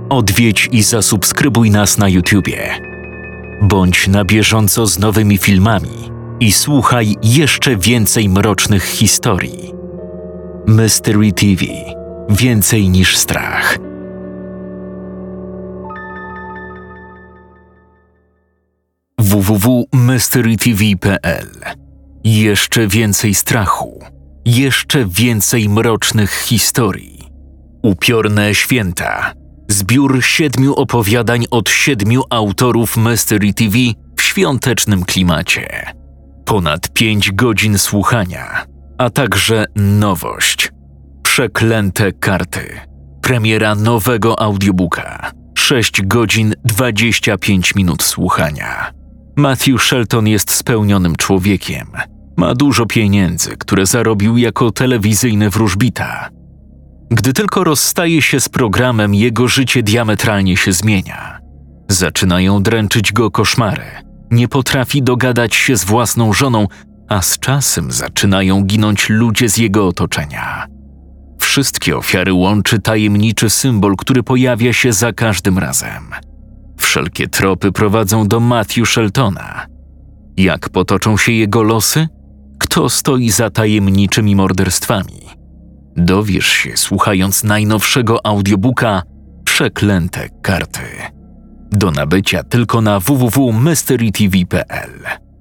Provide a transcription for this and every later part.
Odwiedź i zasubskrybuj nas na YouTubie. Bądź na bieżąco z nowymi filmami i słuchaj jeszcze więcej mrocznych historii. Mystery TV. Więcej niż strach. www.mysterytv.pl. Jeszcze więcej strachu. Jeszcze więcej mrocznych historii. Upiorne święta. Zbiór 7 opowiadań od 7 autorów Mystery TV w świątecznym klimacie. Ponad 5 godzin słuchania, a także nowość. Przeklęte karty. Premiera nowego audiobooka. 6 godzin 25 minut słuchania. Matthew Shelton jest spełnionym człowiekiem. Ma dużo pieniędzy, które zarobił jako telewizyjny wróżbita. Gdy tylko rozstaje się z programem, jego życie diametralnie się zmienia. Zaczynają dręczyć go koszmary. Nie potrafi dogadać się z własną żoną, a z czasem zaczynają ginąć ludzie z jego otoczenia. Wszystkie ofiary łączy tajemniczy symbol, który pojawia się za każdym razem. Wszelkie tropy prowadzą do Matthew Sheltona. Jak potoczą się jego losy? Kto stoi za tajemniczymi morderstwami? Dowiesz się, słuchając najnowszego audiobooka Przeklęte karty. Do nabycia tylko na www.mysterytv.pl.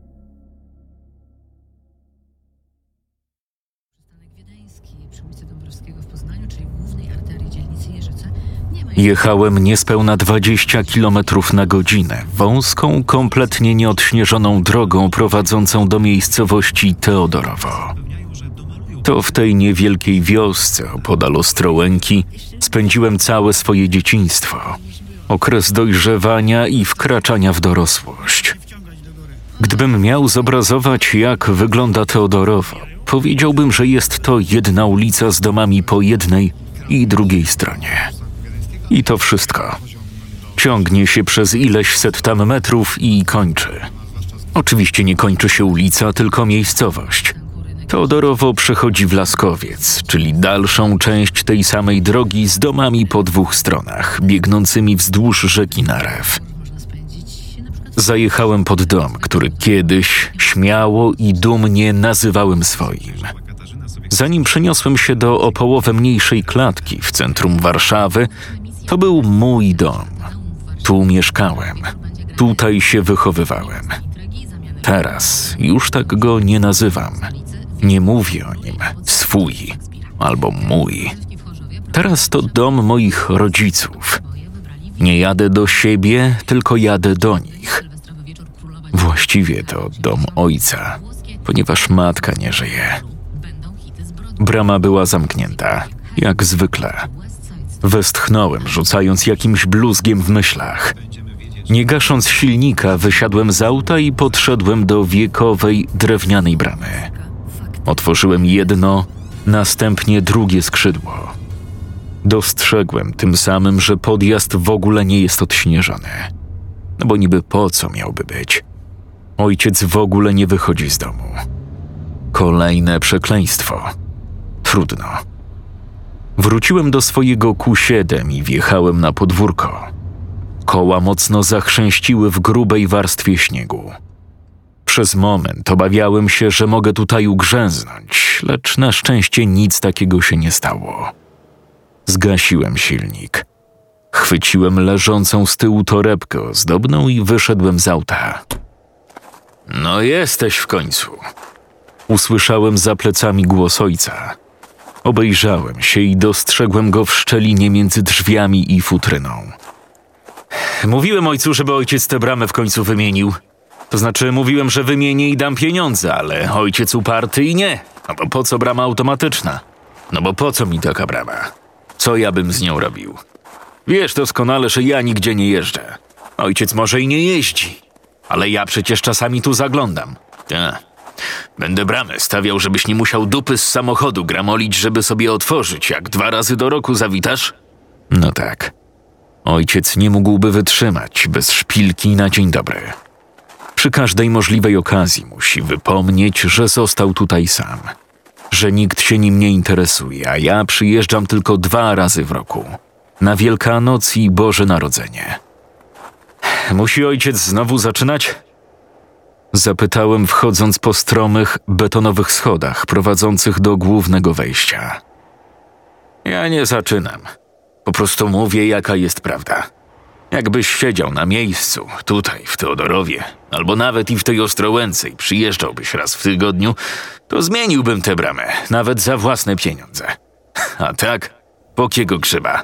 Jechałem niespełna 20 km na godzinę wąską, kompletnie nieodśnieżoną drogą prowadzącą do miejscowości Teodorowo. To w tej niewielkiej wiosce opodal Ostrołęki spędziłem całe swoje dzieciństwo, okres dojrzewania i wkraczania w dorosłość. Gdybym miał zobrazować, jak wygląda Teodorowo, powiedziałbym, że jest to jedna ulica z domami po jednej i drugiej stronie. I to wszystko. Ciągnie się przez ileś set tam metrów i kończy. Oczywiście nie kończy się ulica, tylko miejscowość. Teodorowo przechodzi w Laskowiec, czyli dalszą część tej samej drogi z domami po 2 stronach, biegnącymi wzdłuż rzeki Narew. Zajechałem pod dom, który kiedyś śmiało i dumnie nazywałem swoim. Zanim przeniosłem się do o połowę mniejszej klatki w centrum Warszawy, to był mój dom. Tu mieszkałem. Tutaj się wychowywałem. Teraz już tak go nie nazywam. Nie mówię o nim swój albo mój. Teraz to dom moich rodziców. Nie jadę do siebie, tylko jadę do nich. Właściwie to dom ojca, ponieważ matka nie żyje. Brama była zamknięta, jak zwykle. Westchnąłem, rzucając jakimś bluzgiem w myślach. Nie gasząc silnika, wysiadłem z auta i podszedłem do wiekowej, drewnianej bramy. Otworzyłem jedno, następnie drugie skrzydło. Dostrzegłem tym samym, że podjazd w ogóle nie jest odśnieżony. No bo niby po co miałby być? Ojciec w ogóle nie wychodzi z domu. Kolejne przekleństwo. Trudno. Wróciłem do swojego Q7 i wjechałem na podwórko. Koła mocno zachrzęściły w grubej warstwie śniegu. Przez moment obawiałem się, że mogę tutaj ugrzęznąć, lecz na szczęście nic takiego się nie stało. Zgasiłem silnik. Chwyciłem leżącą z tyłu torebkę ozdobną i wyszedłem z auta. No jesteś w końcu. Usłyszałem za plecami głos ojca. Obejrzałem się i dostrzegłem go w szczelinie między drzwiami i futryną. Mówiłem ojcu, żeby ojciec tę bramę w końcu wymienił. To znaczy mówiłem, że wymienię i dam pieniądze, ale ojciec uparty i nie. No bo po co brama automatyczna? No bo po co mi taka brama? Co ja bym z nią robił? Wiesz doskonale, że ja nigdzie nie jeżdżę. Ojciec może i nie jeździ, ale ja przecież czasami tu zaglądam. Ta. Będę bramę stawiał, żebyś nie musiał dupy z samochodu gramolić, żeby sobie otworzyć, jak 2 razy do roku zawitasz? No tak. Ojciec nie mógłby wytrzymać bez szpilki na dzień dobry. Przy każdej możliwej okazji musi wypomnieć, że został tutaj sam. Że nikt się nim nie interesuje, a ja przyjeżdżam tylko 2 razy w roku. na Wielkanoc i Boże Narodzenie. Musi ojciec znowu zaczynać? Zapytałem, wchodząc po stromych, betonowych schodach prowadzących do głównego wejścia. Ja nie zaczynam. Po prostu mówię, jaka jest prawda. Jakbyś siedział na miejscu, tutaj, w Teodorowie, albo nawet i w tej Ostrołęce i przyjeżdżałbyś raz w tygodniu, to zmieniłbym tę bramę, nawet za własne pieniądze. A tak, po kiego grzyba.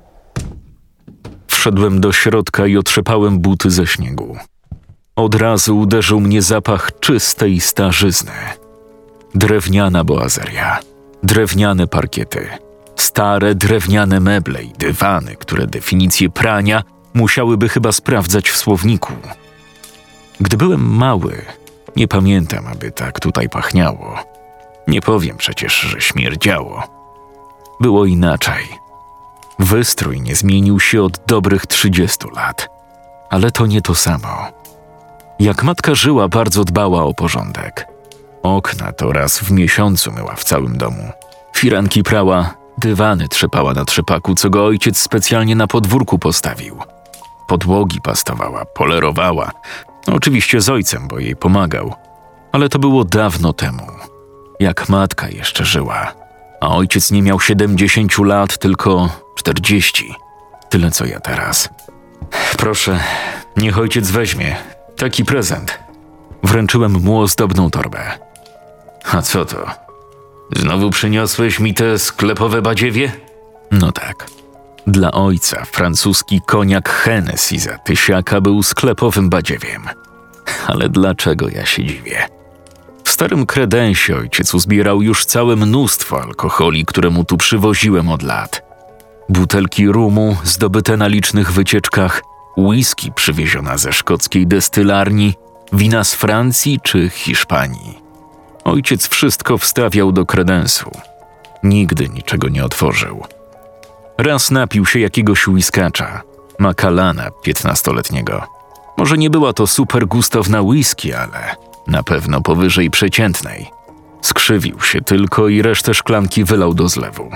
Wszedłem do środka i otrzepałem buty ze śniegu. Od razu uderzył mnie zapach czystej starzyzny. Drewniana boazeria, drewniane parkiety, stare drewniane meble i dywany, które definicje prania musiałyby chyba sprawdzać w słowniku. Gdy byłem mały, nie pamiętam, aby tak tutaj pachniało. Nie powiem przecież, że śmierdziało. Było inaczej. Wystrój nie zmienił się od dobrych 30 lat, ale to nie to samo. Jak matka żyła, bardzo dbała o porządek. Okna to raz w miesiącu myła w całym domu. Firanki prała, dywany trzepała na trzepaku, co go ojciec specjalnie na podwórku postawił. Podłogi pastowała, polerowała. Oczywiście z ojcem, bo jej pomagał. Ale to było dawno temu. Jak matka jeszcze żyła. A ojciec nie miał 70 lat, tylko 40. Tyle co ja teraz. Proszę, niech ojciec weźmie. Taki prezent. Wręczyłem mu ozdobną torbę. A co to? Znowu przyniosłeś mi te sklepowe badziewie? No tak. Dla ojca francuski koniak Hennessy za tysiaka był sklepowym badziewiem. Ale dlaczego ja się dziwię? W starym kredensie ojciec uzbierał już całe mnóstwo alkoholi, które mu tu przywoziłem od lat. Butelki rumu zdobyte na licznych wycieczkach, whisky przywieziona ze szkockiej destylarni, wina z Francji czy Hiszpanii. Ojciec wszystko wstawiał do kredensu. Nigdy niczego nie otworzył. Raz napił się jakiegoś whiskacza, Macallana 15-letniego. Może nie była to super gustowna whisky, ale na pewno powyżej przeciętnej. Skrzywił się tylko i resztę szklanki wylał do zlewu.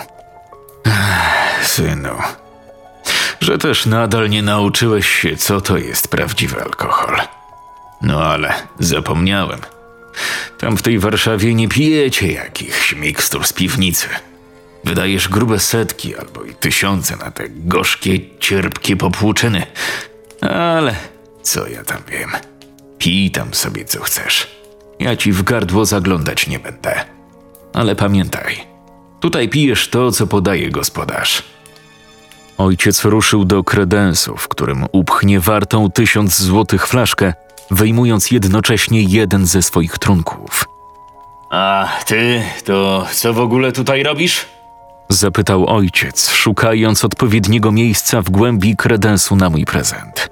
Synu, że też nadal nie nauczyłeś się, co to jest prawdziwy alkohol. No ale zapomniałem. Tam w tej Warszawie nie pijecie jakichś mikstur z piwnicy. Wydajesz grube setki albo i tysiące na te gorzkie, cierpkie popłuczyny. Ale co ja tam wiem? Pij tam sobie co chcesz. Ja ci w gardło zaglądać nie będę. Ale pamiętaj, tutaj pijesz to, co podaje gospodarz. Ojciec ruszył do kredensu, w którym upchnie wartą 1000 złotych flaszkę, wyjmując jednocześnie jeden ze swoich trunków. A ty, to co w ogóle tutaj robisz? Zapytał ojciec, szukając odpowiedniego miejsca w głębi kredensu na mój prezent.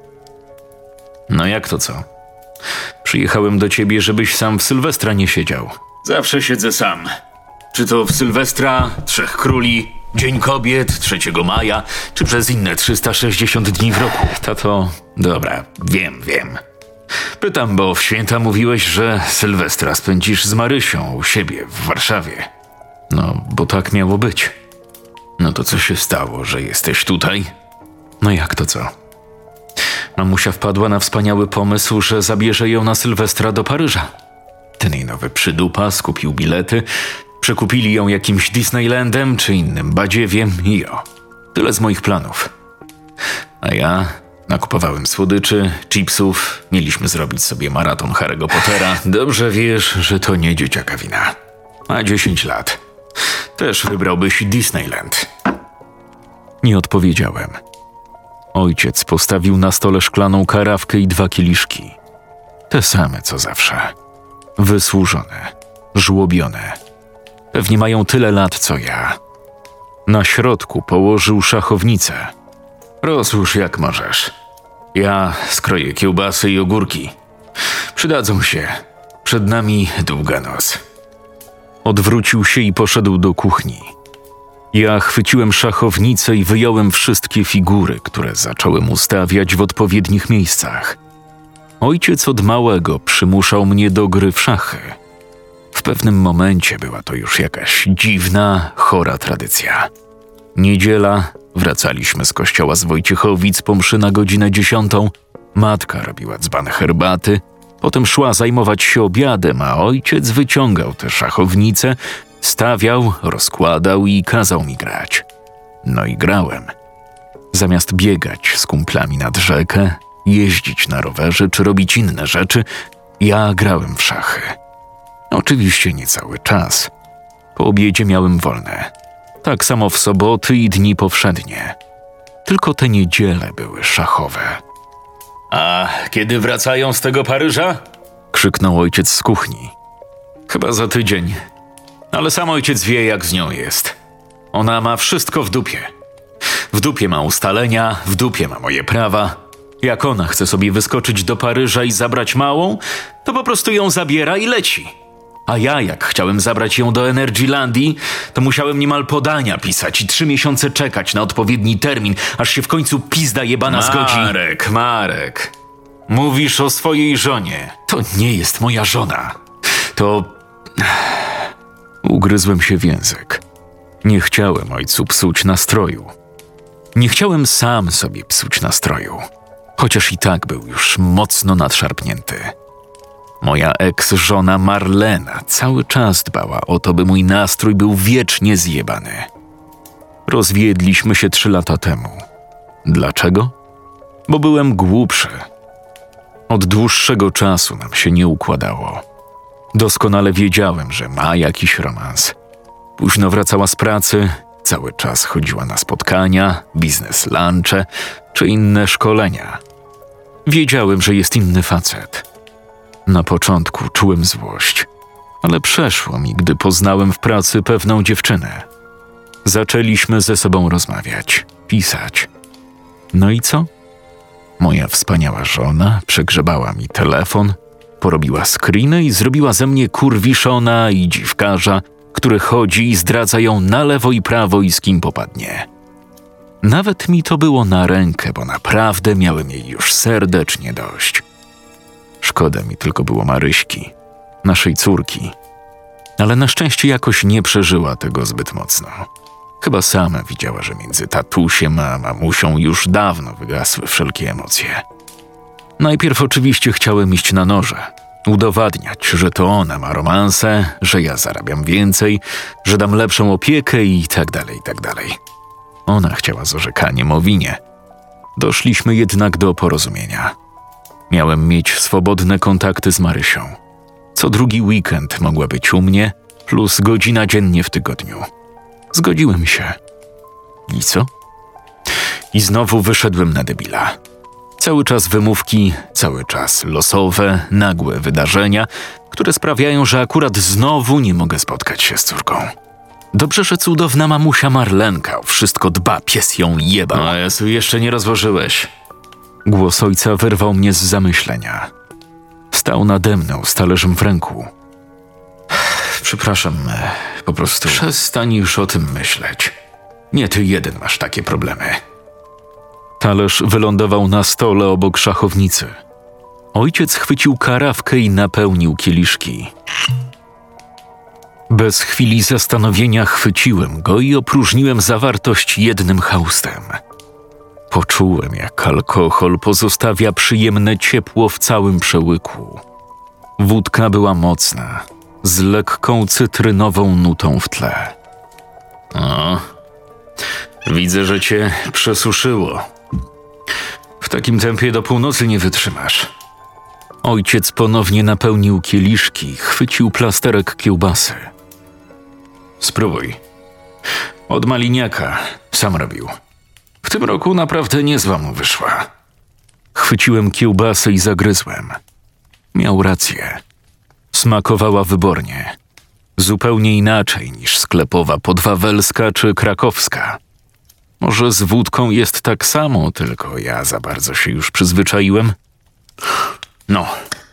No jak to co? Przyjechałem do ciebie, żebyś sam w Sylwestra nie siedział. Zawsze siedzę sam. Czy to w Sylwestra, Trzech Króli, Dzień Kobiet, 3 maja, czy przez inne 360 dni w roku. Tato, dobra, wiem. Pytam, bo w święta mówiłeś, że Sylwestra spędzisz z Marysią u siebie w Warszawie. No, bo tak miało być. No to co się stało, że jesteś tutaj? No jak to co? Mamusia wpadła na wspaniały pomysł, że zabierze ją na Sylwestra do Paryża. Ten jej nowy przydupas kupił bilety, przekupili ją jakimś Disneylandem czy innym badziewiem i tyle z moich planów. A ja nakupowałem słodyczy, chipsów, mieliśmy zrobić sobie maraton Harry'ego Pottera. Dobrze wiesz, że to nie dzieciaka wina. Ma 10 lat. Też wybrałbyś Disneyland. Nie odpowiedziałem. Ojciec postawił na stole szklaną karafkę i 2 kieliszki. Te same co zawsze. Wysłużone, żłobione. Pewnie mają tyle lat co ja. Na środku położył szachownicę. Rozłóż jak możesz. Ja skroję kiełbasy i ogórki. Przydadzą się. Przed nami długa noc. Odwrócił się i poszedł do kuchni. Ja chwyciłem szachownicę i wyjąłem wszystkie figury, które zacząłem ustawiać w odpowiednich miejscach. Ojciec od małego przymuszał mnie do gry w szachy. W pewnym momencie była to już jakaś dziwna, chora tradycja. Niedziela, Wracaliśmy z kościoła z Wojciechowic po mszy na godzinę 10. Matka robiła dzban herbaty, potem szła zajmować się obiadem, a ojciec wyciągał te szachownice, stawiał, rozkładał i kazał mi grać. No i grałem. Zamiast biegać z kumplami nad rzekę, jeździć na rowerze czy robić inne rzeczy, ja grałem w szachy. Oczywiście nie cały czas. Po obiedzie miałem wolne. Tak samo w soboty i dni powszednie. Tylko te niedziele były szachowe. A kiedy wracają z tego Paryża? Krzyknął ojciec z kuchni. Chyba za tydzień. Ale sam ojciec wie, jak z nią jest. Ona ma wszystko w dupie. W dupie ma ustalenia, w dupie ma moje prawa. Jak ona chce sobie wyskoczyć do Paryża i zabrać małą, to po prostu ją zabiera i leci. A ja, jak chciałem zabrać ją do Energylandii, to musiałem niemal podania pisać i 3 miesiące czekać na odpowiedni termin, aż się w końcu pizda jebana zgodzi. Marek. Mówisz o swojej żonie. To nie jest moja żona. To... Ugryzłem się w język. Nie chciałem ojcu psuć nastroju. Nie chciałem sam sobie psuć nastroju. Chociaż i tak był już mocno nadszarpnięty. Moja ex-żona Marlena cały czas dbała o to, by mój nastrój był wiecznie zjebany. Rozwiedliśmy się 3 lata temu. Dlaczego? Bo byłem głupszy. Od dłuższego czasu nam się nie układało. Doskonale wiedziałem, że ma jakiś romans. Późno wracała z pracy, cały czas chodziła na spotkania, biznes lunche czy inne szkolenia. Wiedziałem, że jest inny facet. Na początku czułem złość, ale przeszło mi, gdy poznałem w pracy pewną dziewczynę. Zaczęliśmy ze sobą rozmawiać, pisać. No i co? Moja wspaniała żona przegrzebała mi telefon, porobiła screeny i zrobiła ze mnie kurwiszona i dziwkarza, który chodzi i zdradza ją na lewo i prawo i z kim popadnie. Nawet mi to było na rękę, bo naprawdę miałem jej już serdecznie dość. Szkoda mi tylko było Maryśki, naszej córki. Ale na szczęście jakoś nie przeżyła tego zbyt mocno. Chyba sama widziała, że między tatusiem a mamusią już dawno wygasły wszelkie emocje. Najpierw oczywiście chciałem iść na noże. Udowadniać, że to ona ma romanse, że ja zarabiam więcej, że dam lepszą opiekę i tak dalej, i tak dalej. Ona chciała z orzekaniem o winie. Doszliśmy jednak do porozumienia. Miałem mieć swobodne kontakty z Marysią. Co drugi weekend mogła być u mnie, plus godzina dziennie w tygodniu. Zgodziłem się. I co? I znowu wyszedłem na debila. Cały czas wymówki, cały czas losowe, nagłe wydarzenia, które sprawiają, że akurat znowu nie mogę spotkać się z córką. Dobrze, że cudowna mamusia Marlenka o wszystko dba, pies ją jeba. O Jezu, jeszcze nie rozłożyłeś. Głos ojca wyrwał mnie z zamyślenia. Stał nade mną z talerzem w ręku. Przepraszam, po prostu przestań już o tym myśleć. Nie ty jeden masz takie problemy. Talerz wylądował na stole obok szachownicy. Ojciec chwycił karafkę i napełnił kieliszki. Bez chwili zastanowienia chwyciłem go i opróżniłem zawartość jednym chełstem. Poczułem, jak alkohol pozostawia przyjemne ciepło w całym przełyku. Wódka była mocna, z lekką cytrynową nutą w tle. O, widzę, że cię przesuszyło. W takim tempie do północy nie wytrzymasz. Ojciec ponownie napełnił kieliszki, chwycił plasterek kiełbasy. Spróbuj. Od maliniaka, sam robił. W tym roku naprawdę niezła mu wyszła. Chwyciłem kiełbasę i zagryzłem. Miał rację. Smakowała wybornie. Zupełnie inaczej niż sklepowa podwawelska czy krakowska. Może z wódką jest tak samo, tylko ja za bardzo się już przyzwyczaiłem? No.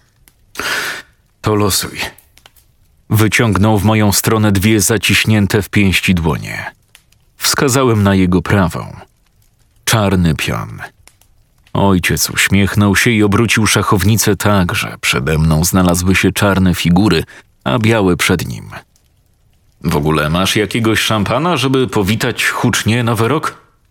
To losuj. Wyciągnął w moją stronę 2 zaciśnięte w pięści dłonie. Wskazałem na jego prawą. Czarny pion. Ojciec uśmiechnął się i obrócił szachownicę tak, że przede mną znalazły się czarne figury, a białe przed nim. W ogóle masz jakiegoś szampana, żeby powitać hucznie nowy rok?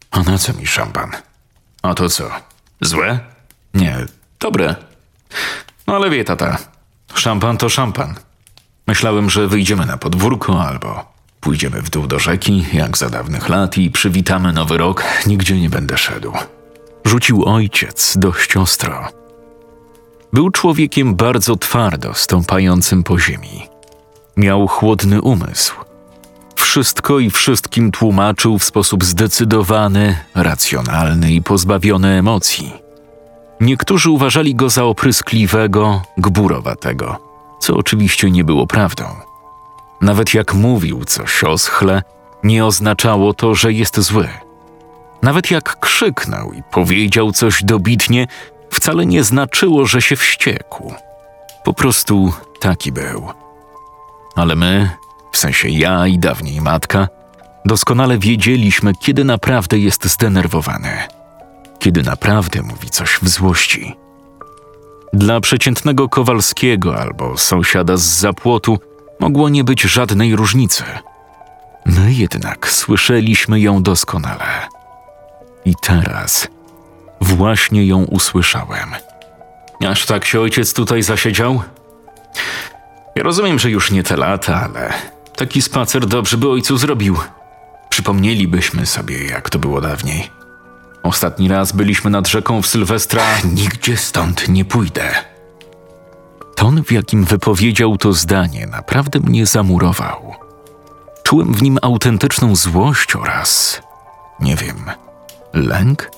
A na co mi szampan? A to co? Złe? Nie, dobre. No ale wie tata, szampan to szampan. Myślałem, że wyjdziemy na podwórko albo pójdziemy w dół do rzeki, jak za dawnych lat i przywitamy nowy rok. Nigdzie nie będę szedł. Rzucił ojciec dość ostro. Był człowiekiem bardzo twardo stąpającym po ziemi. Miał chłodny umysł. Wszystko i wszystkim tłumaczył w sposób zdecydowany, racjonalny i pozbawiony emocji. Niektórzy uważali go za opryskliwego, gburowatego, co oczywiście nie było prawdą. Nawet jak mówił coś oschle, nie oznaczało to, że jest zły. Nawet jak krzyknął i powiedział coś dobitnie, wcale nie znaczyło, że się wściekł. Po prostu taki był. Ale my, w sensie ja i dawniej matka, doskonale wiedzieliśmy, kiedy naprawdę jest zdenerwowany. Kiedy naprawdę mówi coś w złości. Dla przeciętnego Kowalskiego albo sąsiada z zapłotu mogło nie być żadnej różnicy. My jednak słyszeliśmy ją doskonale. I teraz właśnie ją usłyszałem. Aż tak się ojciec tutaj zasiedział? Ja rozumiem, że już nie te lata, ale taki spacer dobrze by ojcu zrobił. Przypomnielibyśmy sobie, jak to było dawniej. Ostatni raz byliśmy nad rzeką w Sylwestra. Nigdzie stąd nie pójdę. Ton, w jakim wypowiedział to zdanie, naprawdę mnie zamurował. Czułem w nim autentyczną złość oraz, nie wiem, lęk?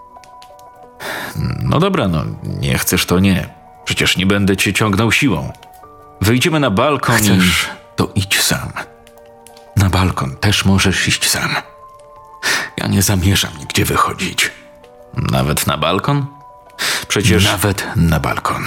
No dobra, no nie chcesz to nie. Przecież nie będę cię ciągnął siłą. Wyjdziemy na balkon. Chcesz, to idź sam. Na balkon też możesz iść sam. Ja nie zamierzam nigdzie wychodzić. Nawet na balkon? Przecież... Nawet na balkon.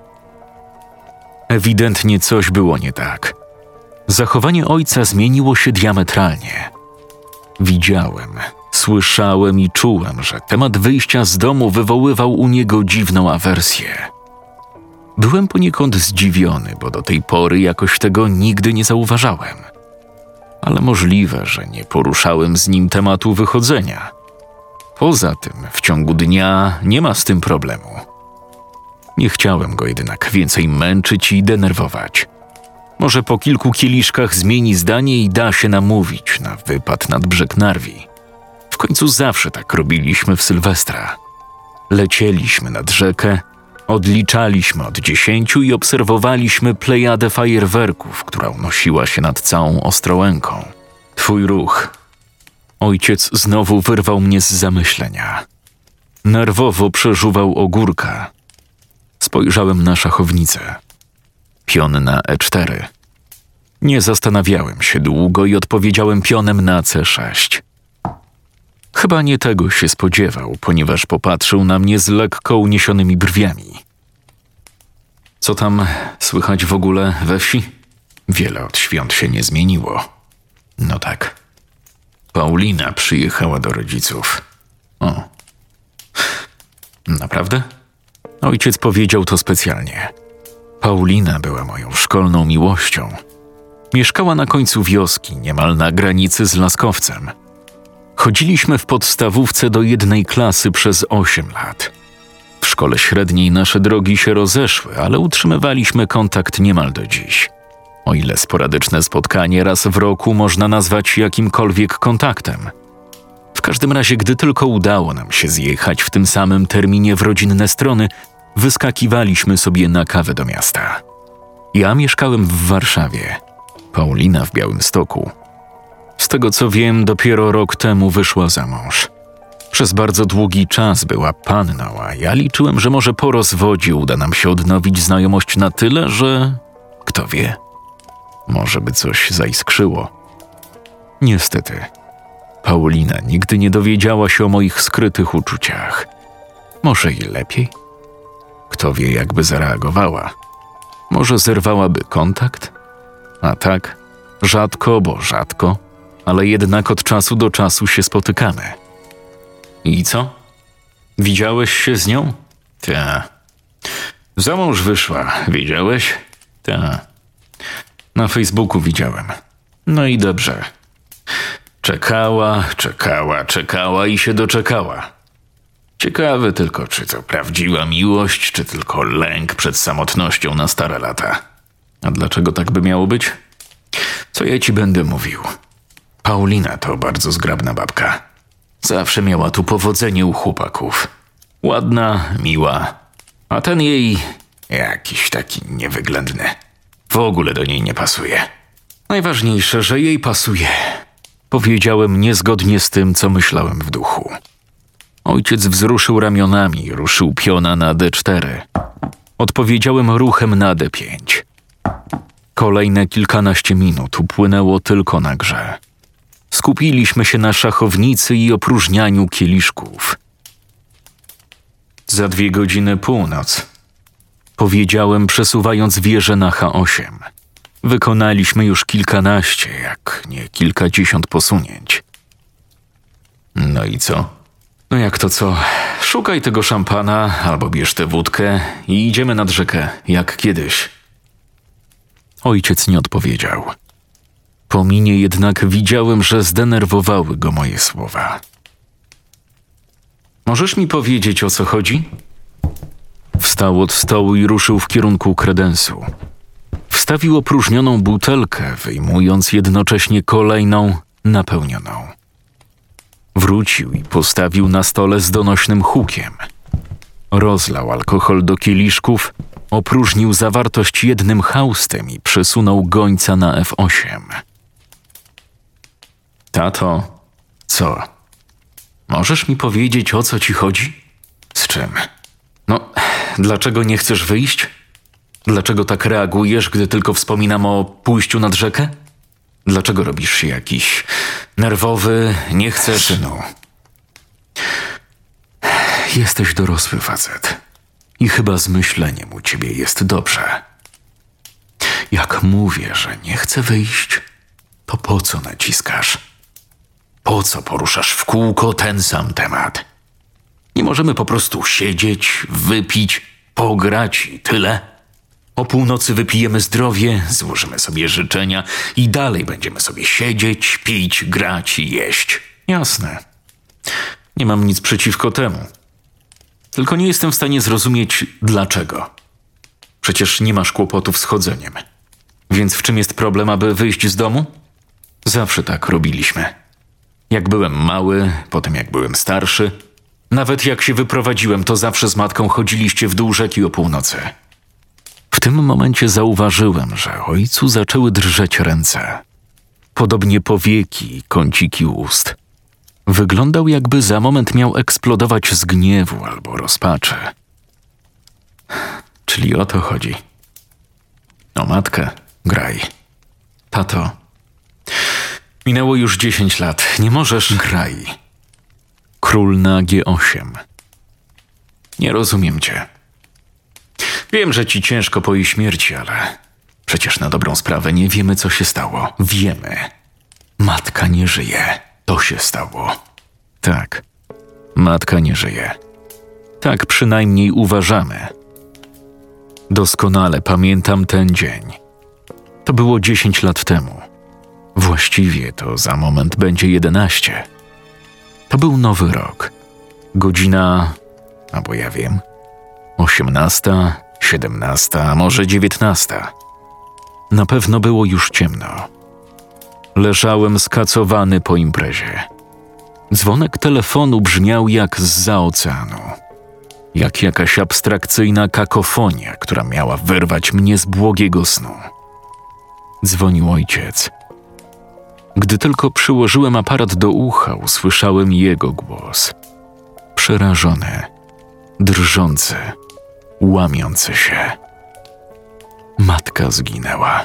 Ewidentnie coś było nie tak. Zachowanie ojca zmieniło się diametralnie. Widziałem, słyszałem i czułem, że temat wyjścia z domu wywoływał u niego dziwną awersję. Byłem poniekąd zdziwiony, bo do tej pory jakoś tego nigdy nie zauważałem. Ale możliwe, że nie poruszałem z nim tematu wychodzenia. Poza tym w ciągu dnia nie ma z tym problemu. Nie chciałem go jednak więcej męczyć i denerwować. Może po kilku kieliszkach zmieni zdanie i da się namówić na wypad nad brzeg Narwi. W końcu zawsze tak robiliśmy w Sylwestra. Lecieliśmy nad rzekę, odliczaliśmy od 10 i obserwowaliśmy plejadę fajerwerków, która unosiła się nad całą Ostrołęką. Twój ruch. Ojciec znowu wyrwał mnie z zamyślenia. Nerwowo przeżuwał ogórka. Spojrzałem na szachownicę. Pion na E4. Nie zastanawiałem się długo i odpowiedziałem pionem na C6. Chyba nie tego się spodziewał, ponieważ popatrzył na mnie z lekko uniesionymi brwiami. Co tam słychać w ogóle we wsi? Wiele od świąt się nie zmieniło. No tak. Paulina przyjechała do rodziców. O. Naprawdę? Ojciec powiedział to specjalnie. Paulina była moją szkolną miłością. Mieszkała na końcu wioski, niemal na granicy z Laskowcem. Chodziliśmy w podstawówce do jednej klasy przez 8 lat. W szkole średniej nasze drogi się rozeszły, ale utrzymywaliśmy kontakt niemal do dziś. O ile sporadyczne spotkanie raz w roku można nazwać jakimkolwiek kontaktem. W każdym razie, gdy tylko udało nam się zjechać w tym samym terminie w rodzinne strony, wyskakiwaliśmy sobie na kawę do miasta. Ja mieszkałem w Warszawie, Paulina w Białymstoku. Z tego co wiem, dopiero rok temu wyszła za mąż. Przez bardzo długi czas była panną, a ja liczyłem, że może po rozwodzie uda nam się odnowić znajomość na tyle, że... Kto wie? Może by coś zaiskrzyło. Niestety, Paulina nigdy nie dowiedziała się o moich skrytych uczuciach. Może i lepiej? Kto wie, jakby zareagowała. Może zerwałaby kontakt? A tak, rzadko, bo rzadko, ale jednak od czasu do czasu się spotykamy. I co? Widziałeś się z nią? Ta. Za mąż wyszła, widziałeś? Ta. Na Facebooku widziałem. No i dobrze. Czekała i się doczekała. Ciekawe tylko, czy to prawdziwa miłość, czy tylko lęk przed samotnością na stare lata. A dlaczego tak by miało być? Co ja ci będę mówił? Paulina to bardzo zgrabna babka. Zawsze miała tu powodzenie u chłopaków. Ładna, miła, a ten jej jakiś taki niewyględny. W ogóle do niej nie pasuje. Najważniejsze, że jej pasuje. Powiedziałem niezgodnie z tym, co myślałem w duchu. Ojciec wzruszył ramionami, ruszył piona na D4. Odpowiedziałem ruchem na D5. Kolejne kilkanaście minut upłynęło tylko na grze. Skupiliśmy się na szachownicy i opróżnianiu kieliszków. Za 2 godziny północ. Powiedziałem, przesuwając wieżę na H8. Wykonaliśmy już kilkanaście, jak nie kilkadziesiąt posunięć. No i co? No jak to co? Szukaj tego szampana, albo bierz tę wódkę i idziemy nad rzekę, jak kiedyś. Ojciec nie odpowiedział. Po minie jednak widziałem, że zdenerwowały go moje słowa. Możesz mi powiedzieć, o co chodzi? Wstał od stołu i ruszył w kierunku kredensu. Wstawił opróżnioną butelkę, wyjmując jednocześnie kolejną, napełnioną. Wrócił i postawił na stole z donośnym hukiem. Rozlał alkohol do kieliszków, opróżnił zawartość jednym chełstem i przesunął gońca na F8. Tato, co? Możesz mi powiedzieć, o co ci chodzi? Z czym? No, dlaczego nie chcesz wyjść? Dlaczego tak reagujesz, gdy tylko wspominam o pójściu nad rzekę? Dlaczego robisz się jakiś nerwowy, nie chcesz... Synu, jesteś dorosły facet i chyba z myśleniem u ciebie jest dobrze. Jak mówię, że nie chcę wyjść, to po co naciskasz? Po co poruszasz w kółko ten sam temat? Nie możemy po prostu siedzieć, wypić, pograć i tyle? O północy wypijemy zdrowie, złożymy sobie życzenia i dalej będziemy sobie siedzieć, pić, grać i jeść. Jasne. Nie mam nic przeciwko temu. Tylko nie jestem w stanie zrozumieć, dlaczego. Przecież nie masz kłopotów z chodzeniem. Więc w czym jest problem, aby wyjść z domu? Zawsze tak robiliśmy. Jak byłem mały, potem jak byłem starszy, nawet jak się wyprowadziłem, to zawsze z matką chodziliście w dół rzeki o północy. W tym momencie zauważyłem, że ojcu zaczęły drżeć ręce. Podobnie powieki i kąciki ust. Wyglądał, jakby za moment miał eksplodować z gniewu albo rozpaczy. Czyli o to chodzi. O matkę, graj. Tato, minęło już 10 lat. Nie możesz... Graj. Król na G8. Nie rozumiem cię. Wiem, że ci ciężko po jej śmierci, ale przecież na dobrą sprawę nie wiemy, co się stało. Wiemy. Matka nie żyje. To się stało. Tak. Matka nie żyje. Tak przynajmniej uważamy. Doskonale pamiętam ten dzień. To było 10 lat temu. Właściwie to za moment będzie 11. To był nowy rok. Godzina, albo ja wiem, 18, 17, a może 19. Na pewno było już ciemno. Leżałem skacowany po imprezie. Dzwonek telefonu brzmiał jak zza oceanu. Jak jakaś abstrakcyjna kakofonia, która miała wyrwać mnie z błogiego snu. Dzwonił ojciec. Gdy tylko przyłożyłem aparat do ucha, usłyszałem jego głos. Przerażony, drżący, łamiący się. Matka zginęła.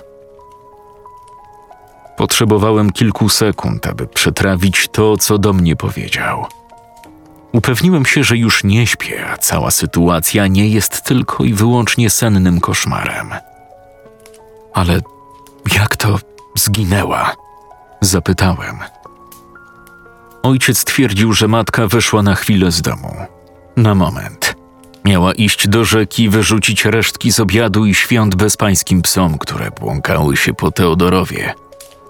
Potrzebowałem kilku sekund, aby przetrawić to, co do mnie powiedział. Upewniłem się, że już nie śpię, a cała sytuacja nie jest tylko i wyłącznie sennym koszmarem. Ale jak to zginęła? Zapytałem. Ojciec twierdził, że matka wyszła na chwilę z domu. Na moment. Miała iść do rzeki, wyrzucić resztki z obiadu i świąt bezpańskim psom, które błąkały się po Teodorowie.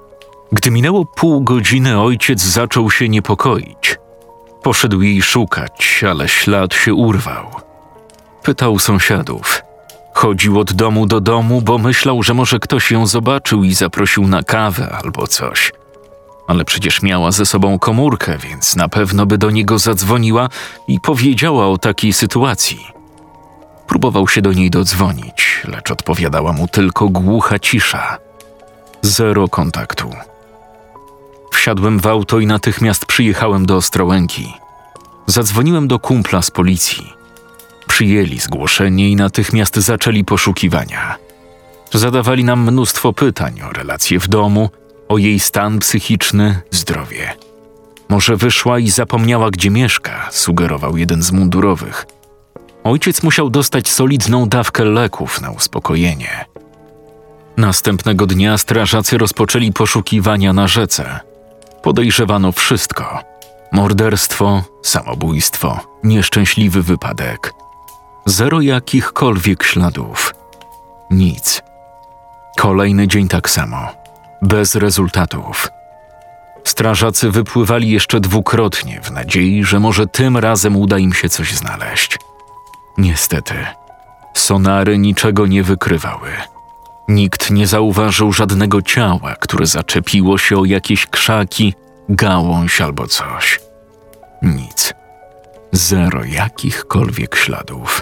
Gdy minęło pół godziny, ojciec zaczął się niepokoić. Poszedł jej szukać, ale ślad się urwał. Pytał sąsiadów. Chodził od domu do domu, bo myślał, że może ktoś ją zobaczył i zaprosił na kawę albo coś. Ale przecież miała ze sobą komórkę, więc na pewno by do niego zadzwoniła i powiedziała o takiej sytuacji. Próbował się do niej dodzwonić, lecz odpowiadała mu tylko głucha cisza. Zero kontaktu. Wsiadłem w auto i natychmiast przyjechałem do Ostrołęki. Zadzwoniłem do kumpla z policji. Przyjęli zgłoszenie i natychmiast zaczęli poszukiwania. Zadawali nam mnóstwo pytań o relacje w domu, o jej stan psychiczny, zdrowie. Może wyszła i zapomniała, gdzie mieszka, sugerował jeden z mundurowych. Ojciec musiał dostać solidną dawkę leków na uspokojenie. Następnego dnia strażacy rozpoczęli poszukiwania na rzece. Podejrzewano wszystko. Morderstwo, samobójstwo, nieszczęśliwy wypadek. Zero jakichkolwiek śladów. Nic. Kolejny dzień tak samo. Bez rezultatów. Strażacy wypływali jeszcze dwukrotnie w nadziei, że może tym razem uda im się coś znaleźć. Niestety, sonary niczego nie wykrywały. Nikt nie zauważył żadnego ciała, które zaczepiło się o jakieś krzaki, gałąź albo coś. Nic. Zero jakichkolwiek śladów.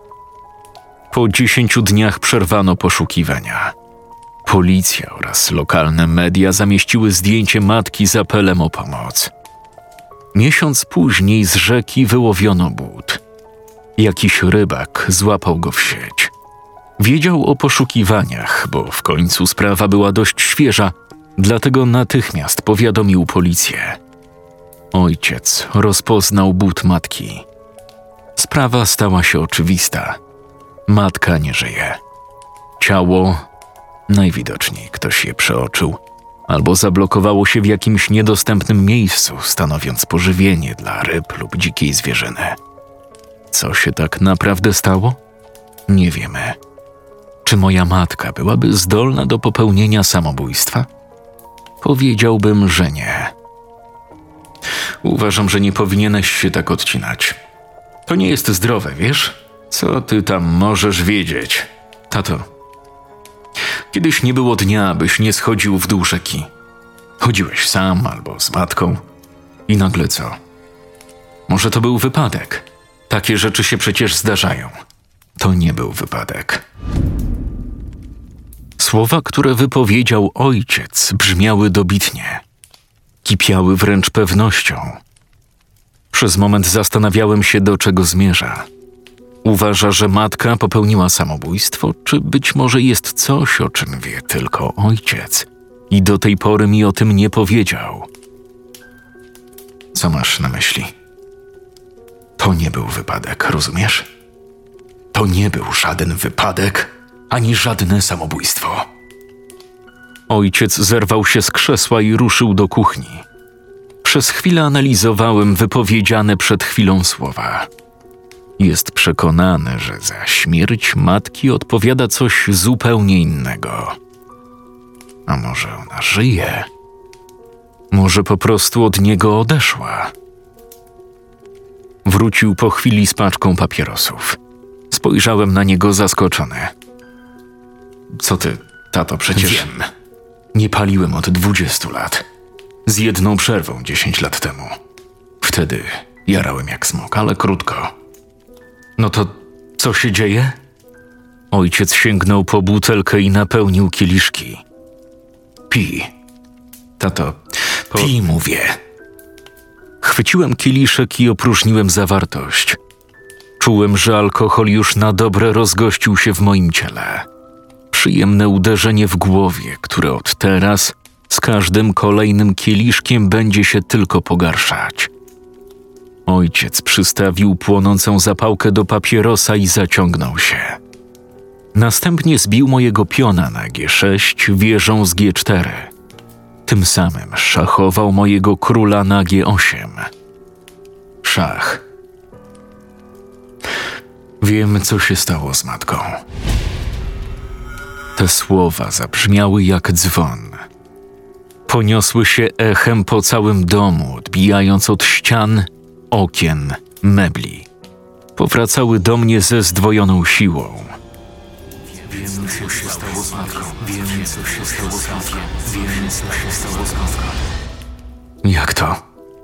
Po 10 dniach przerwano poszukiwania. Policja oraz lokalne media zamieściły zdjęcie matki z apelem o pomoc. Miesiąc później z rzeki wyłowiono but. Jakiś rybak złapał go w sieć. Wiedział o poszukiwaniach, bo w końcu sprawa była dość świeża, dlatego natychmiast powiadomił policję. Ojciec rozpoznał but matki. Sprawa stała się oczywista. Matka nie żyje. Ciało najwidoczniej ktoś je przeoczył albo zablokowało się w jakimś niedostępnym miejscu, stanowiąc pożywienie dla ryb lub dzikiej zwierzyny. Co się tak naprawdę stało? Nie wiemy. Czy moja matka byłaby zdolna do popełnienia samobójstwa? Powiedziałbym, że nie. Uważam, że nie powinieneś się tak odcinać. To nie jest zdrowe, wiesz? Co ty tam możesz wiedzieć? Tato, kiedyś nie było dnia, byś nie schodził w dół rzeki. Chodziłeś sam albo z matką i nagle co? Może to był wypadek? Takie rzeczy się przecież zdarzają. To nie był wypadek. Słowa, które wypowiedział ojciec, brzmiały dobitnie. Kipiały wręcz pewnością. Przez moment zastanawiałem się, do czego zmierza. Uważa, że matka popełniła samobójstwo, czy być może jest coś, o czym wie tylko ojciec i do tej pory mi o tym nie powiedział. Co masz na myśli? To nie był wypadek, rozumiesz? To nie był żaden wypadek, ani żadne samobójstwo. Ojciec zerwał się z krzesła i ruszył do kuchni. Przez chwilę analizowałem wypowiedziane przed chwilą słowa. Jest przekonany, że za śmierć matki odpowiada coś zupełnie innego. A może ona żyje? Może po prostu od niego odeszła? Wrócił po chwili z paczką papierosów. Spojrzałem na niego zaskoczony. Co ty, tato, przecież... Wiem. Nie paliłem od 20 lat. Z jedną przerwą 10 lat temu. Wtedy jarałem jak smok, ale krótko. No to co się dzieje? Ojciec sięgnął po butelkę i napełnił kieliszki. Pij. Tato, pij, mówię. Chwyciłem kieliszek i opróżniłem zawartość. Czułem, że alkohol już na dobre rozgościł się w moim ciele. Przyjemne uderzenie w głowie, które od teraz z każdym kolejnym kieliszkiem będzie się tylko pogarszać. Ojciec przystawił płonącą zapałkę do papierosa i zaciągnął się. Następnie zbił mojego piona na G6 wieżą z G4. Tym samym szachował mojego króla na G8. Szach. Wiem, co się stało z matką. Te słowa zabrzmiały jak dzwon. poniosły się echem po całym domu, odbijając od ścian, okien, mebli. Powracały do mnie ze zdwojoną siłą. Wiemy, co się stało z matką. Wiemy, co się stało z matką. Wiemy, co się stało z matką. Jak to?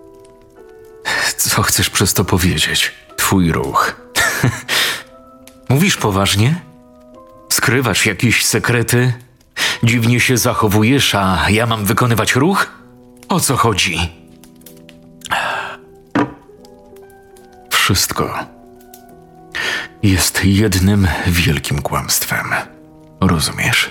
Co chcesz przez to powiedzieć? Twój ruch. Mówisz poważnie? Skrywasz jakieś sekrety? Dziwnie się zachowujesz, a ja mam wykonywać ruch? O co chodzi? Wszystko jest jednym wielkim kłamstwem. Rozumiesz?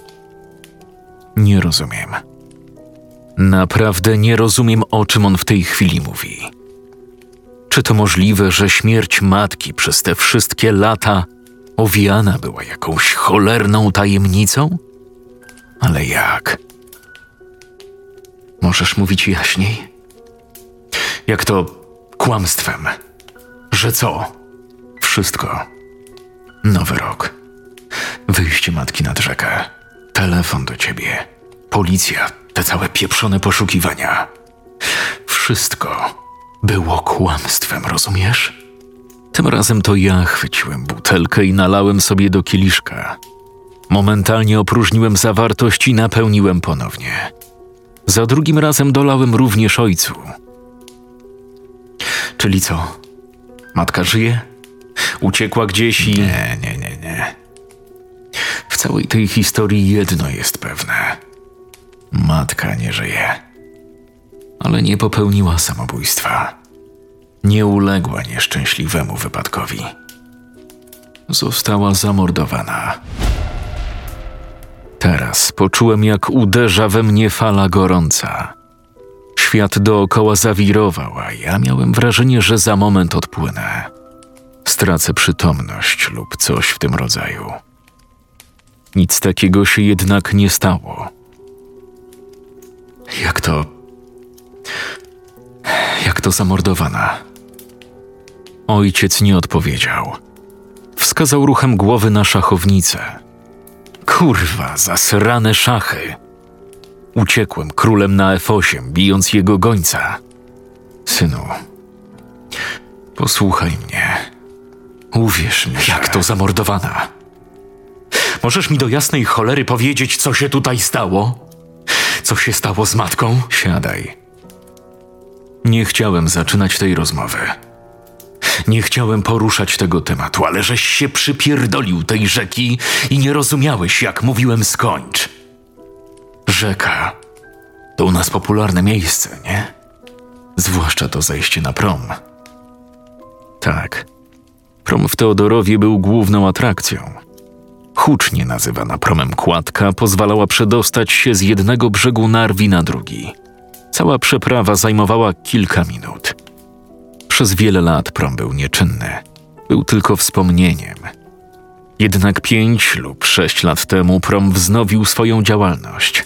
Nie rozumiem. Naprawdę nie rozumiem, o czym on w tej chwili mówi. Czy to możliwe, że śmierć matki przez te wszystkie lata owiana była jakąś cholerną tajemnicą? Ale jak? Możesz mówić jaśniej? Jak to kłamstwem? Że co? Wszystko. Nowy rok. Wyjście matki nad rzekę. Telefon do ciebie. Policja. Te całe pieprzone poszukiwania. Wszystko było kłamstwem, rozumiesz? Tym razem to ja chwyciłem butelkę i nalałem sobie do kieliszka. Momentalnie opróżniłem zawartość i napełniłem ponownie. Za drugim razem dolałem również ojcu. Czyli co? Matka żyje? Uciekła gdzieś i... Nie. W całej tej historii jedno jest pewne. Matka nie żyje. Ale nie popełniła samobójstwa. Nie uległa nieszczęśliwemu wypadkowi. Została zamordowana. Teraz poczułem, jak uderza we mnie fala gorąca. Świat dookoła zawirował, a ja miałem wrażenie, że za moment odpłynę. Stracę przytomność lub coś w tym rodzaju. Nic takiego się jednak nie stało. Jak to zamordowana? Ojciec nie odpowiedział. Wskazał ruchem głowy na szachownicę. Kurwa, zasrane szachy. Uciekłem królem na F8, bijąc jego gońca. Synu, posłuchaj mnie. Uwierz mi, jak to zamordowana. Możesz mi do jasnej cholery powiedzieć, co się tutaj stało? Co się stało z matką? Siadaj. Nie chciałem zaczynać tej rozmowy. Nie chciałem poruszać tego tematu, ale żeś się przypierdolił tej rzeki i nie rozumiałeś, jak mówiłem skończ. Rzeka to u nas popularne miejsce, nie? Zwłaszcza to zejście na prom. Tak, prom w Teodorowie był główną atrakcją. Hucznie nazywana promem kładka pozwalała przedostać się z jednego brzegu Narwi na drugi. Cała przeprawa zajmowała kilka minut. Przez wiele lat prom był nieczynny. Był tylko wspomnieniem. Jednak 5 lub 6 lat temu prom wznowił swoją działalność.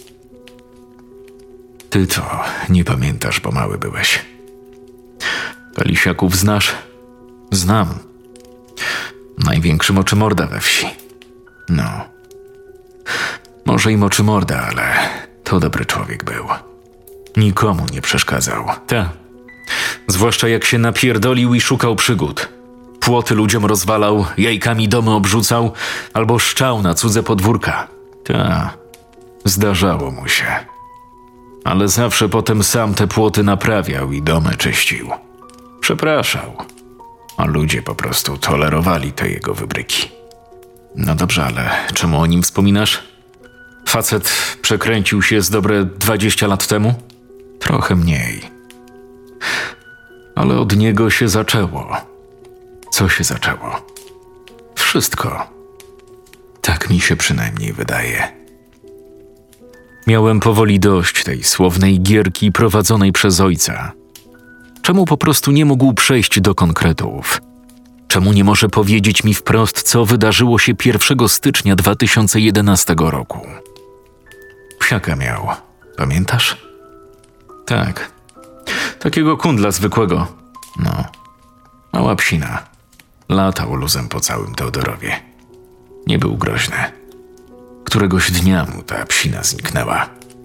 Ty to nie pamiętasz, bo mały byłeś. Kalisiaków znasz? Znam. Największy moczymorda we wsi. No. Może i moczymorda, ale to dobry człowiek był. Nikomu nie przeszkadzał. Ta. Zwłaszcza jak się napierdolił i szukał przygód. Płoty ludziom rozwalał, jajkami domy obrzucał albo szczał na cudze podwórka. Ta. Zdarzało mu się. Ale zawsze potem sam te płoty naprawiał i domy czyścił. Przepraszał. A ludzie po prostu tolerowali te jego wybryki. No dobrze, ale czemu o nim wspominasz? Facet przekręcił się z dobre 20 lat temu? Trochę mniej. Ale od niego się zaczęło. Co się zaczęło? Wszystko. Tak mi się przynajmniej wydaje. Miałem powoli dość tej słownej gierki prowadzonej przez ojca. Czemu po prostu nie mógł przejść do konkretów? Czemu nie może powiedzieć mi wprost, co wydarzyło się 1 stycznia 2011 roku? Psiaka miał. Pamiętasz? Tak. Takiego kundla zwykłego. No. Mała psina. Latał luzem po całym Teodorowie. Nie był groźny. Któregoś dnia mu ta psina zniknęła.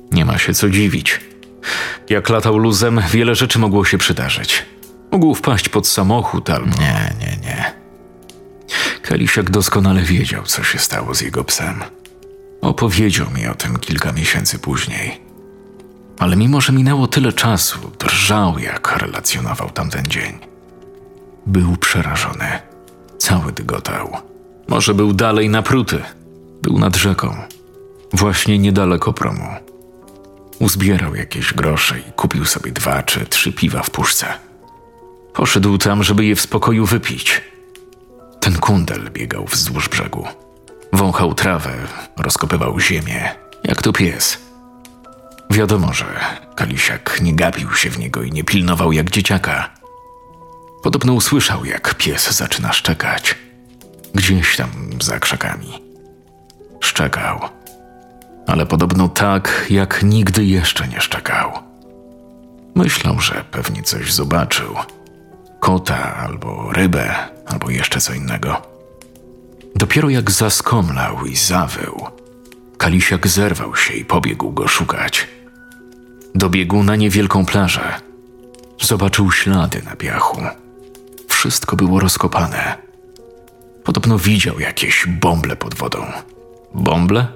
Nie ma się co dziwić. Jak latał luzem, wiele rzeczy mogło się przydarzyć. Mógł wpaść pod samochód albo... Nie. Kalisiak doskonale wiedział, co się stało z jego psem. Opowiedział mi o tym kilka miesięcy później. Ale mimo, że minęło tyle czasu, drżał, jak relacjonował tamten dzień. Był przerażony. Cały dygotał. Może był dalej napruty. Był nad rzeką. Właśnie niedaleko promu. Uzbierał jakieś grosze i kupił sobie 2 czy 3 piwa w puszce. Poszedł tam, żeby je w spokoju wypić. Ten kundel biegał wzdłuż brzegu. Wąchał trawę, rozkopywał ziemię, jak to pies. Wiadomo, że Kalisiak nie gapił się w niego i nie pilnował jak dzieciaka. Podobno usłyszał, jak pies zaczyna szczekać. Gdzieś tam za krzakami. Szczekał. Ale podobno tak, jak nigdy jeszcze nie szczekał. Myślał, że pewnie coś zobaczył. Kota, albo rybę, albo jeszcze co innego. Dopiero jak zaskomlał i zawył, Kalisiak zerwał się i pobiegł go szukać. Dobiegł na niewielką plażę. Zobaczył ślady na piachu. Wszystko było rozkopane. Podobno widział jakieś bąble pod wodą. Bąble?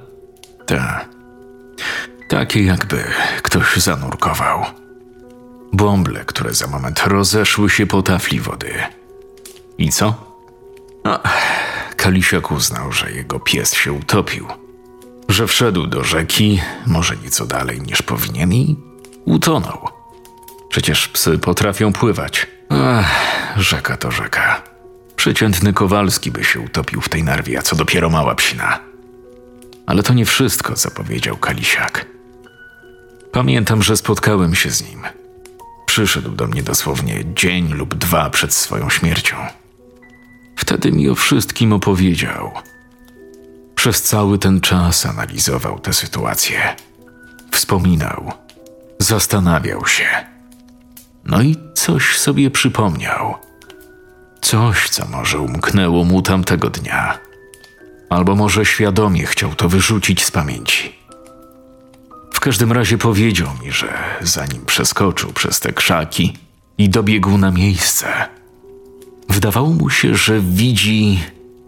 Takie jakby ktoś zanurkował. Bąble, które za moment rozeszły się po tafli wody. I co? Kalisiak uznał, że jego pies się utopił. Że wszedł do rzeki, może nieco dalej niż powinien i utonął. Przecież psy potrafią pływać. Rzeka to rzeka. Przeciętny Kowalski by się utopił w tej narwie, a co dopiero mała psina. Ale to nie wszystko, co powiedział Kalisiak. Pamiętam, że spotkałem się z nim. Przyszedł do mnie dosłownie dzień lub 2 przed swoją śmiercią. Wtedy mi o wszystkim opowiedział. Przez cały ten czas analizował tę sytuację. Wspominał. Zastanawiał się. No i coś sobie przypomniał. Coś, co może umknęło mu tamtego dnia. Albo może świadomie chciał to wyrzucić z pamięci. W każdym razie powiedział mi, że zanim przeskoczył przez te krzaki i dobiegł na miejsce, wydawało mu się, że widzi...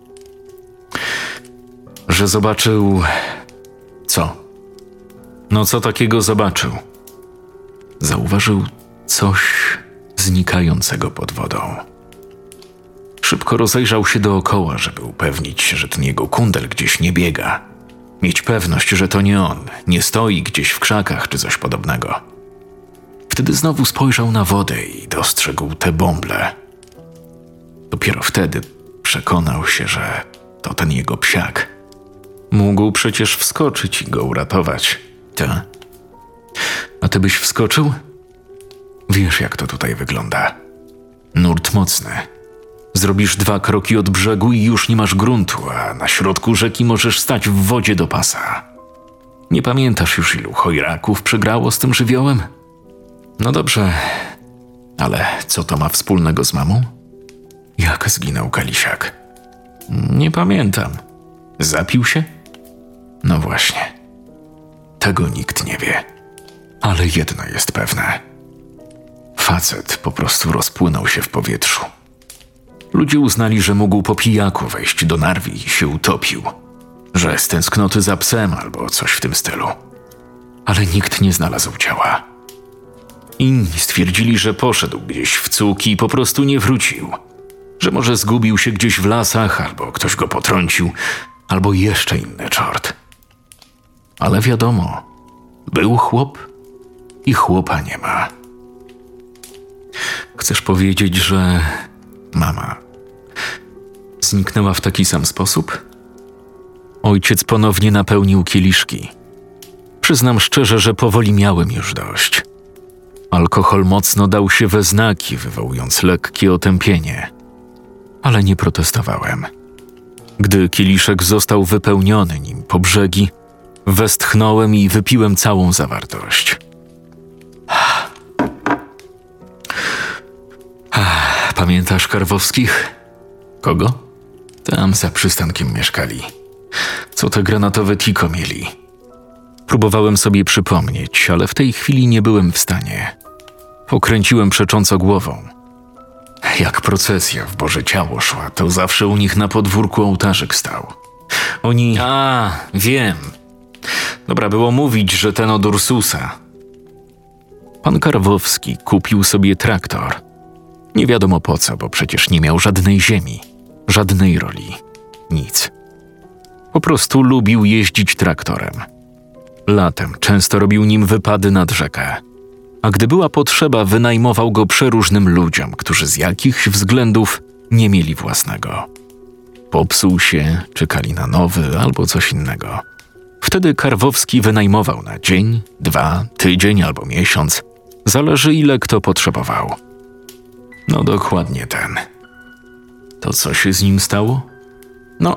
że zobaczył... Co? No co takiego zobaczył? Zauważył coś znikającego pod wodą. Szybko rozejrzał się dookoła, żeby upewnić, że ten jego kundel gdzieś nie biega. Mieć pewność, że to nie on, nie stoi gdzieś w krzakach czy coś podobnego. Wtedy znowu spojrzał na wodę i dostrzegł te bąble. Dopiero wtedy przekonał się, że to ten jego psiak. Mógł przecież wskoczyć i go uratować. A ty byś wskoczył? Wiesz, jak to tutaj wygląda. Nurt mocny. Zrobisz 2 kroki od brzegu i już nie masz gruntu, a na środku rzeki możesz stać w wodzie do pasa. Nie pamiętasz już, ilu chojraków przegrało z tym żywiołem? No dobrze, ale co to ma wspólnego z mamą? Jak zginął Kalisiak? Nie pamiętam. Zapił się? No właśnie. Tego nikt nie wie. Ale jedno jest pewne. Facet po prostu rozpłynął się w powietrzu. Ludzie uznali, że mógł po pijaku wejść do narwi i się utopił. Że z tęsknoty za psem albo coś w tym stylu. Ale nikt nie znalazł ciała. Inni stwierdzili, że poszedł gdzieś w cuk i po prostu nie wrócił. Że może zgubił się gdzieś w lasach, albo ktoś go potrącił, albo jeszcze inny czort. Ale wiadomo, był chłop i chłopa nie ma. Chcesz powiedzieć, że mama zniknęła w taki sam sposób? Ojciec ponownie napełnił kieliszki. Przyznam szczerze, że powoli miałem już dość. Alkohol mocno dał się we znaki, wywołując lekkie otępienie. Ale nie protestowałem. Gdy kieliszek został wypełniony nim po brzegi, westchnąłem i wypiłem całą zawartość. Pamiętasz Karwowskich? Kogo? Tam za przystankiem mieszkali. Co te granatowe tiko mieli. Próbowałem sobie przypomnieć, ale w tej chwili nie byłem w stanie. Pokręciłem przecząco głową. Jak procesja w Boże Ciało szła, to zawsze u nich na podwórku ołtarzyk stał. Oni... wiem. Dobra było mówić, że ten od Ursusa. Pan Karwowski kupił sobie traktor. Nie wiadomo po co, bo przecież nie miał żadnej ziemi, żadnej roli, nic. Po prostu lubił jeździć traktorem. Latem często robił nim wypady nad rzekę, a gdy była potrzeba, wynajmował go przeróżnym ludziom, którzy z jakichś względów nie mieli własnego. Popsuł się, czekali na nowy albo coś innego. Wtedy Karwowski wynajmował na dzień, 2, tydzień albo miesiąc, zależy ile kto potrzebował. No dokładnie ten. To co się z nim stało? No,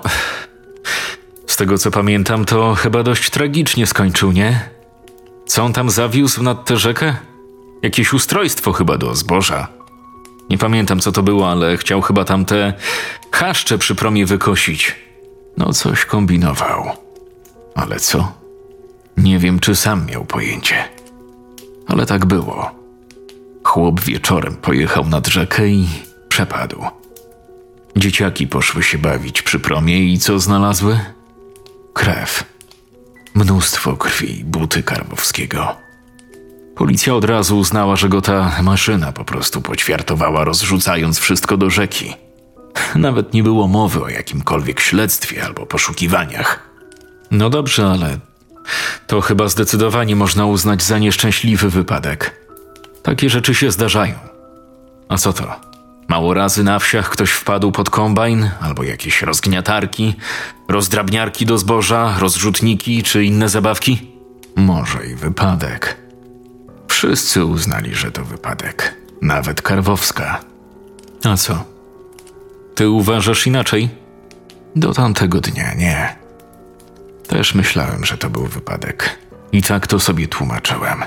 z tego co pamiętam, to chyba dość tragicznie skończył, nie? Co on tam zawiózł nad tę rzekę? Jakieś ustrojstwo chyba do zboża. Nie pamiętam co to było, ale chciał chyba tam te chaszcze przy promie wykosić. No coś kombinował. Ale co? Nie wiem, czy sam miał pojęcie. Ale tak było. Chłop wieczorem pojechał nad rzekę i przepadł. Dzieciaki poszły się bawić przy promie i co znalazły? Krew. Mnóstwo krwi, buty Karwowskiego. Policja od razu uznała, że go ta maszyna po prostu poćwiartowała, rozrzucając wszystko do rzeki. Nawet nie było mowy o jakimkolwiek śledztwie albo poszukiwaniach. No dobrze, ale to chyba zdecydowanie można uznać za nieszczęśliwy wypadek. Takie rzeczy się zdarzają. A co to? Mało razy na wsiach ktoś wpadł pod kombajn, albo jakieś rozgniatarki, rozdrabniarki do zboża, rozrzutniki czy inne zabawki? Może i wypadek. Wszyscy uznali, że to wypadek. Nawet Karwowska. A co? Ty uważasz inaczej? Do tamtego dnia nie. Też myślałem, że to był wypadek. I tak to sobie tłumaczyłem.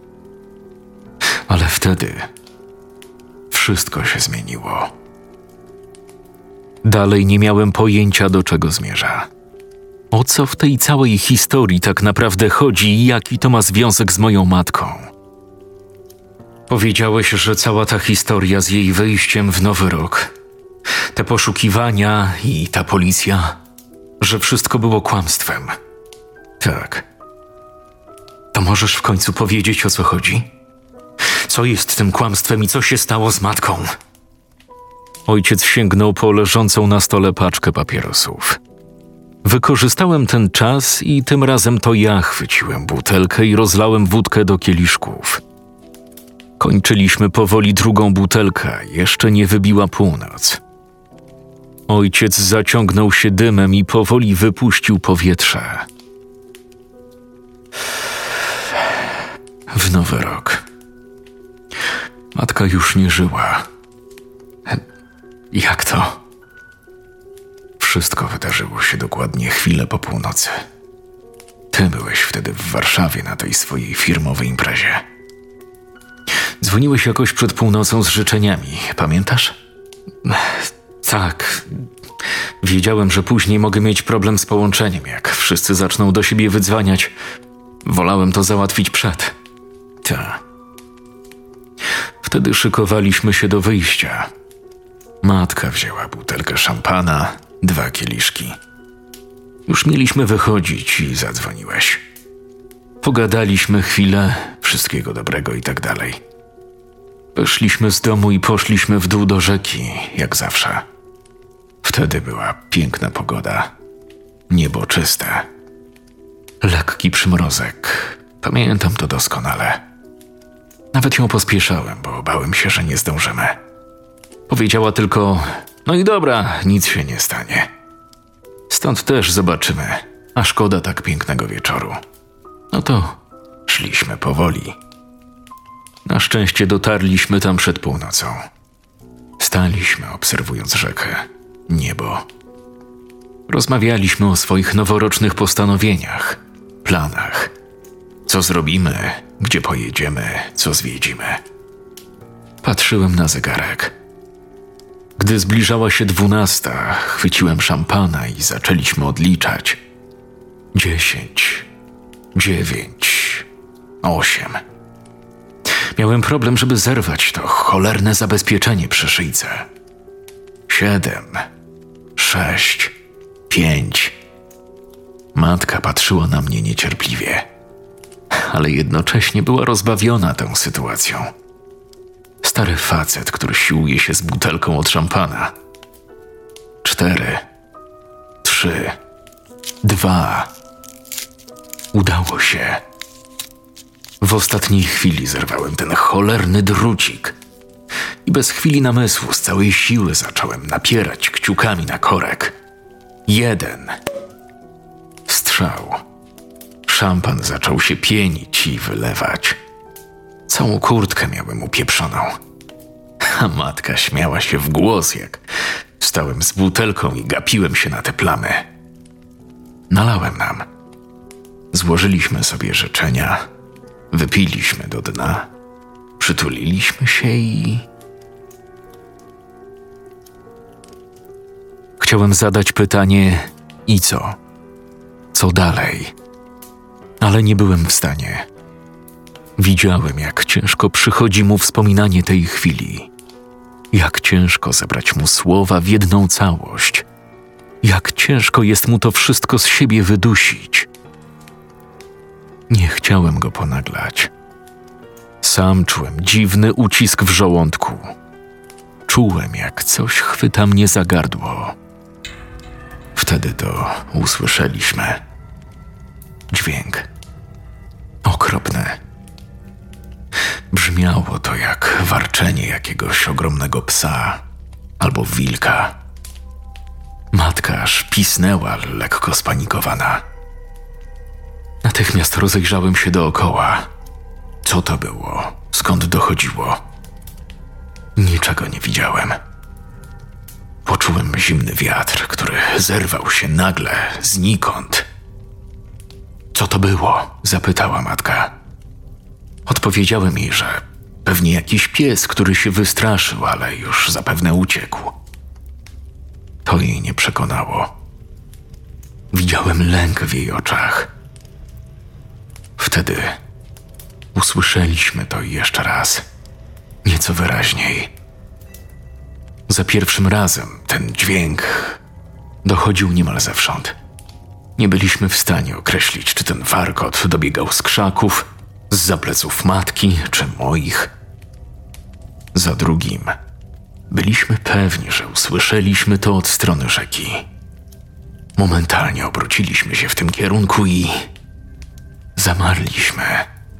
Ale wtedy wszystko się zmieniło. Dalej nie miałem pojęcia, do czego zmierza. O co w tej całej historii tak naprawdę chodzi i jaki to ma związek z moją matką? Powiedziałeś, że cała ta historia z jej wyjściem w Nowy Rok, te poszukiwania i ta policja, że wszystko było kłamstwem. Tak. To możesz w końcu powiedzieć, o co chodzi? Co jest tym kłamstwem i co się stało z matką? Ojciec sięgnął po leżącą na stole paczkę papierosów. Wykorzystałem ten czas i tym razem to ja chwyciłem butelkę i rozlałem wódkę do kieliszków. Kończyliśmy powoli drugą butelkę, jeszcze nie wybiła północ. Ojciec zaciągnął się dymem i powoli wypuścił powietrze. W Nowy Rok. Matka już nie żyła. Jak to? Wszystko wydarzyło się dokładnie chwilę po północy. Ty byłeś wtedy w Warszawie na tej swojej firmowej imprezie. Dzwoniłeś jakoś przed północą z życzeniami, pamiętasz? Tak. Wiedziałem, że później mogę mieć problem z połączeniem, jak wszyscy zaczną do siebie wydzwaniać. Wolałem to załatwić przed. Ta. Wtedy szykowaliśmy się do wyjścia. Matka wzięła butelkę szampana, 2 kieliszki. Już mieliśmy wychodzić i zadzwoniłeś. Pogadaliśmy chwilę, wszystkiego dobrego i tak dalej. Wyszliśmy z domu i poszliśmy w dół do rzeki, jak zawsze. Wtedy była piękna pogoda. Niebo czyste. Lekki przymrozek. Pamiętam to doskonale. Nawet ją pospieszałem, bo bałem się, że nie zdążymy. Powiedziała tylko, no i dobra, nic się nie stanie. Stąd też zobaczymy, a szkoda tak pięknego wieczoru. No to szliśmy powoli. Na szczęście dotarliśmy tam przed północą. Staliśmy, obserwując rzekę, niebo. Rozmawialiśmy o swoich noworocznych postanowieniach, planach. Co zrobimy, gdzie pojedziemy, co zwiedzimy. Patrzyłem na zegarek. Gdy zbliżała się 12, chwyciłem szampana i zaczęliśmy odliczać. 10, 9, 8. Miałem problem, żeby zerwać to cholerne zabezpieczenie przy szyjce. 7, 6, 5. Matka patrzyła na mnie niecierpliwie, ale jednocześnie była rozbawiona tą sytuacją. Stary facet, który siłuje się z butelką od szampana. 4, 3, 2. Udało się. W ostatniej chwili zerwałem ten cholerny drucik i bez chwili namysłu z całej siły zacząłem napierać kciukami na korek. 1. Strzał. Szampan zaczął się pienić i wylewać. Całą kurtkę miałem upieprzoną. A matka śmiała się w głos, jak stałem z butelką i gapiłem się na te plamy. Nalałem nam. Złożyliśmy sobie życzenia, wypiliśmy do dna, przytuliliśmy się i... Chciałem zadać pytanie, i co? Co dalej? Ale nie byłem w stanie. Widziałem, jak ciężko przychodzi mu wspominanie tej chwili. Jak ciężko zebrać mu słowa w jedną całość. Jak ciężko jest mu to wszystko z siebie wydusić. Nie chciałem go ponaglać. Sam czułem dziwny ucisk w żołądku. Czułem, jak coś chwyta mnie za gardło. Wtedy to usłyszeliśmy. Dźwięk. Okropny. Brzmiało to jak warczenie jakiegoś ogromnego psa albo wilka. Matka aż pisnęła, lekko spanikowana. Natychmiast rozejrzałem się dookoła. Co to było? Skąd dochodziło? Niczego nie widziałem. Poczułem zimny wiatr, który zerwał się nagle, znikąd. Co to było? Zapytała matka. Odpowiedziałem jej, że pewnie jakiś pies, który się wystraszył, ale już zapewne uciekł. To jej nie przekonało. Widziałem lęk w jej oczach. Wtedy usłyszeliśmy to jeszcze raz, nieco wyraźniej. Za pierwszym razem ten dźwięk dochodził niemal zewsząd. Nie byliśmy w stanie określić, czy ten warkot dobiegał z krzaków, zza pleców matki, czy moich. Za drugim byliśmy pewni, że usłyszeliśmy to od strony rzeki. Momentalnie obróciliśmy się w tym kierunku i zamarliśmy.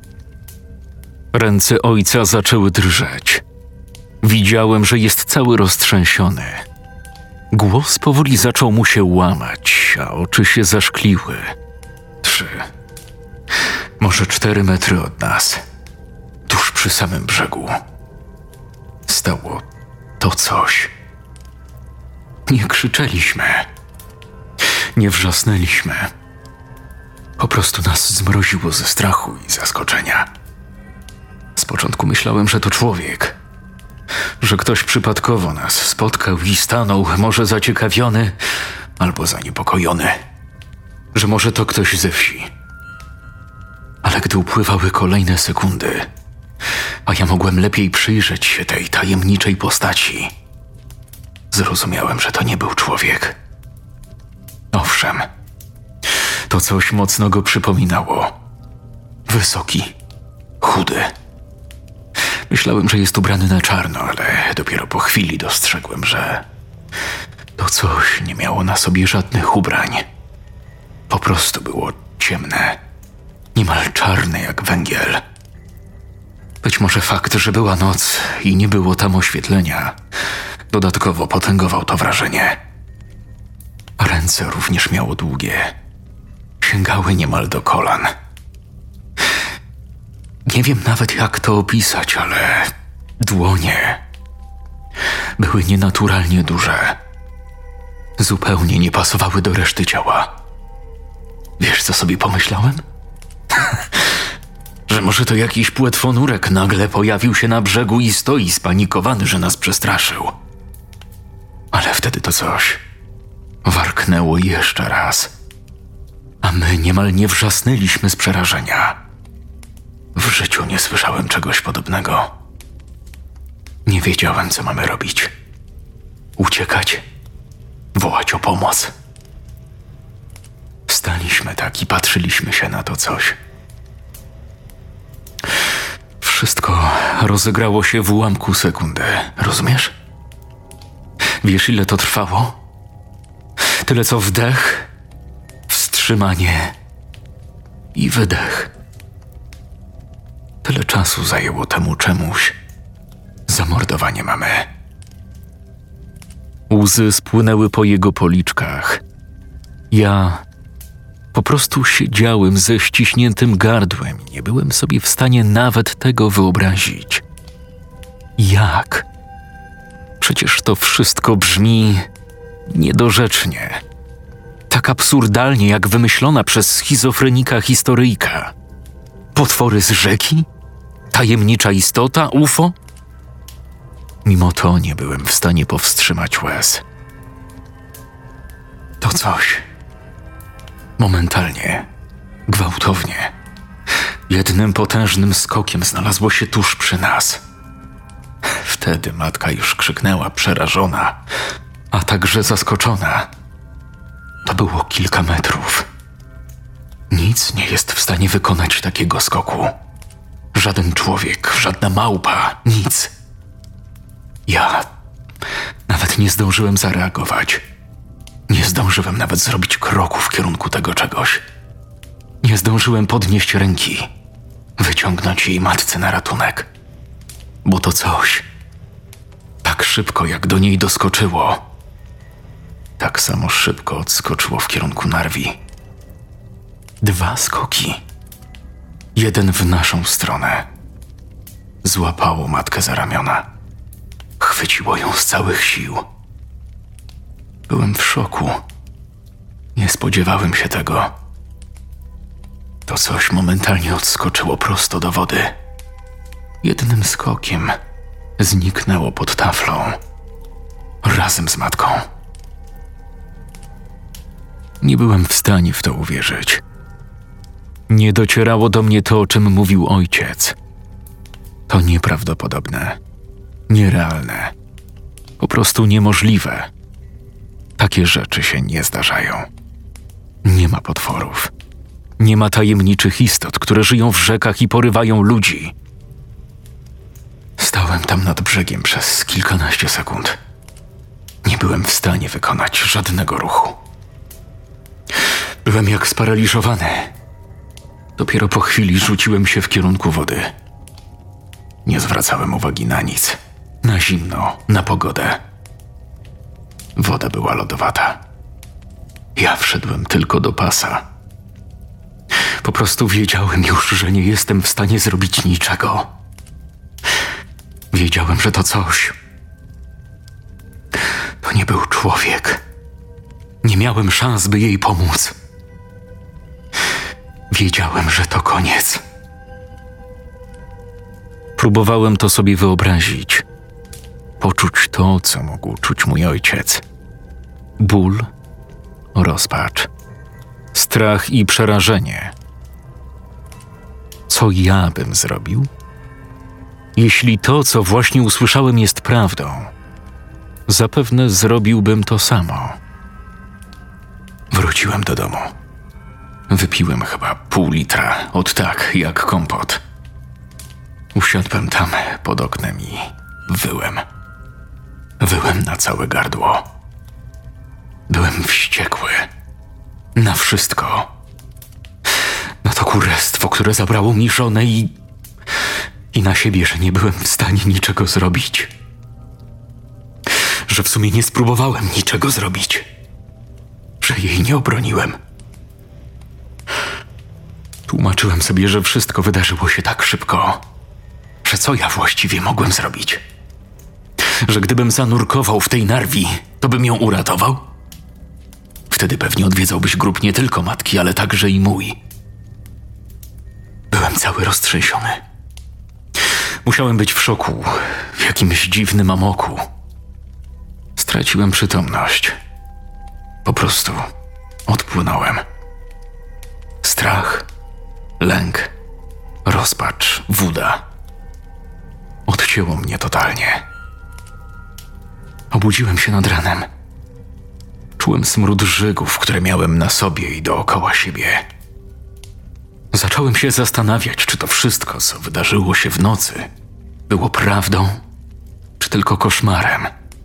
Ręce ojca zaczęły drżeć. Widziałem, że jest cały roztrzęsiony. Głos powoli zaczął mu się łamać, a oczy się zaszkliły. 3, może 4 metry od nas, tuż przy samym brzegu, stało to coś. Nie krzyczeliśmy. Nie wrzasnęliśmy. Po prostu nas zmroziło ze strachu i zaskoczenia. Z początku myślałem, że to człowiek. Że ktoś przypadkowo nas spotkał i stanął, może zaciekawiony albo zaniepokojony. Że może to ktoś ze wsi. Ale gdy upływały kolejne sekundy, a ja mogłem lepiej przyjrzeć się tej tajemniczej postaci, zrozumiałem, że to nie był człowiek. Owszem, to coś mocno go przypominało. Wysoki, chudy. Myślałem, że jest ubrany na czarno, ale dopiero po chwili dostrzegłem, że to coś nie miało na sobie żadnych ubrań. Po prostu było ciemne, niemal czarne jak węgiel. Być może fakt, że była noc i nie było tam oświetlenia, dodatkowo potęgował to wrażenie. A ręce również miało długie. Sięgały niemal do kolan. Nie wiem nawet, jak to opisać, ale dłonie były nienaturalnie duże. Zupełnie nie pasowały do reszty ciała. Wiesz, co sobie pomyślałem? Że może to jakiś płetwonurek nagle pojawił się na brzegu i stoi spanikowany, że nas przestraszył. Ale wtedy to coś warknęło jeszcze raz. A a my niemal nie wrzasnęliśmy z przerażenia. W życiu nie słyszałem czegoś podobnego. Nie wiedziałem, co mamy robić. Uciekać? Wołać o pomoc? Staliśmy tak i patrzyliśmy się na to coś. Wszystko rozegrało się w ułamku sekundy, rozumiesz? Wiesz, ile to trwało? Tyle co wdech, wstrzymanie i wydech. Tyle czasu zajęło temu czemuś zamordowanie mamy. Łzy spłynęły po jego policzkach. Ja po prostu siedziałem ze ściśniętym gardłem i nie byłem sobie w stanie nawet tego wyobrazić. Jak? Przecież to wszystko brzmi niedorzecznie. Tak absurdalnie, jak wymyślona przez schizofrenika historyjka. Potwory z rzeki? Tajemnicza istota? UFO? Mimo to nie byłem w stanie powstrzymać łez. To coś. Momentalnie, gwałtownie, jednym potężnym skokiem znalazło się tuż przy nas. Wtedy matka już krzyknęła przerażona, a także zaskoczona. To było kilka metrów. Nic nie jest w stanie wykonać takiego skoku. Żaden człowiek, żadna małpa, nic. Ja nawet nie zdążyłem zareagować. Nie zdążyłem nawet zrobić kroku w kierunku tego czegoś. Nie zdążyłem podnieść ręki, wyciągnąć jej matce na ratunek. Bo to coś, tak szybko jak do niej doskoczyło, tak samo szybko odskoczyło w kierunku Narwi. 2 skoki. Jeden w naszą stronę. Złapało matkę za ramiona. Chwyciło ją z całych sił. Byłem w szoku. Nie spodziewałem się tego. To coś momentalnie odskoczyło prosto do wody. Jednym skokiem zniknęło pod taflą. Razem z matką. Nie byłem w stanie w to uwierzyć. Nie docierało do mnie to, o czym mówił ojciec. To nieprawdopodobne. Nierealne. Po prostu niemożliwe. Takie rzeczy się nie zdarzają. Nie ma potworów. Nie ma tajemniczych istot, które żyją w rzekach i porywają ludzi. Stałem tam nad brzegiem przez kilkanaście sekund. Nie byłem w stanie wykonać żadnego ruchu. Byłem jak sparaliżowany. Dopiero po chwili rzuciłem się w kierunku wody. Nie zwracałem uwagi na nic. Na zimno, na pogodę. Woda była lodowata. Ja wszedłem tylko do pasa. Po prostu wiedziałem już, że nie jestem w stanie zrobić niczego. Wiedziałem, że to coś. To nie był człowiek. Nie miałem szans, by jej pomóc. Wiedziałem, że to koniec. Próbowałem to sobie wyobrazić. Poczuć to, co mógł czuć mój ojciec. Ból, rozpacz, strach i przerażenie. Co ja bym zrobił? Jeśli to, co właśnie usłyszałem, jest prawdą, zapewne zrobiłbym to samo. Wróciłem do domu. Wypiłem chyba pół litra, od tak jak kompot. Usiadłem tam pod oknem i wyłem. Wyłem na całe gardło. Byłem wściekły. Na wszystko. Na to kurestwo, które zabrało mi żonę i na siebie, że nie byłem w stanie niczego zrobić. Że w sumie nie spróbowałem niczego zrobić. Że jej nie obroniłem. Tłumaczyłem sobie, że wszystko wydarzyło się tak szybko, że co ja właściwie mogłem zrobić? Że gdybym zanurkował w tej Narwi, to bym ją uratował? Wtedy pewnie odwiedzałbyś grób nie tylko matki, ale także i mój. Byłem cały roztrzęsiony. Musiałem być w szoku, w jakimś dziwnym amoku. Straciłem przytomność. Po prostu odpłynąłem. Strach, lęk, rozpacz, wuda. Odcięło mnie totalnie. Obudziłem się nad ranem. Czułem smród żygów, które miałem na sobie i dookoła siebie. Zacząłem się zastanawiać, czy to wszystko, co wydarzyło się w nocy, było prawdą, czy tylko koszmarem.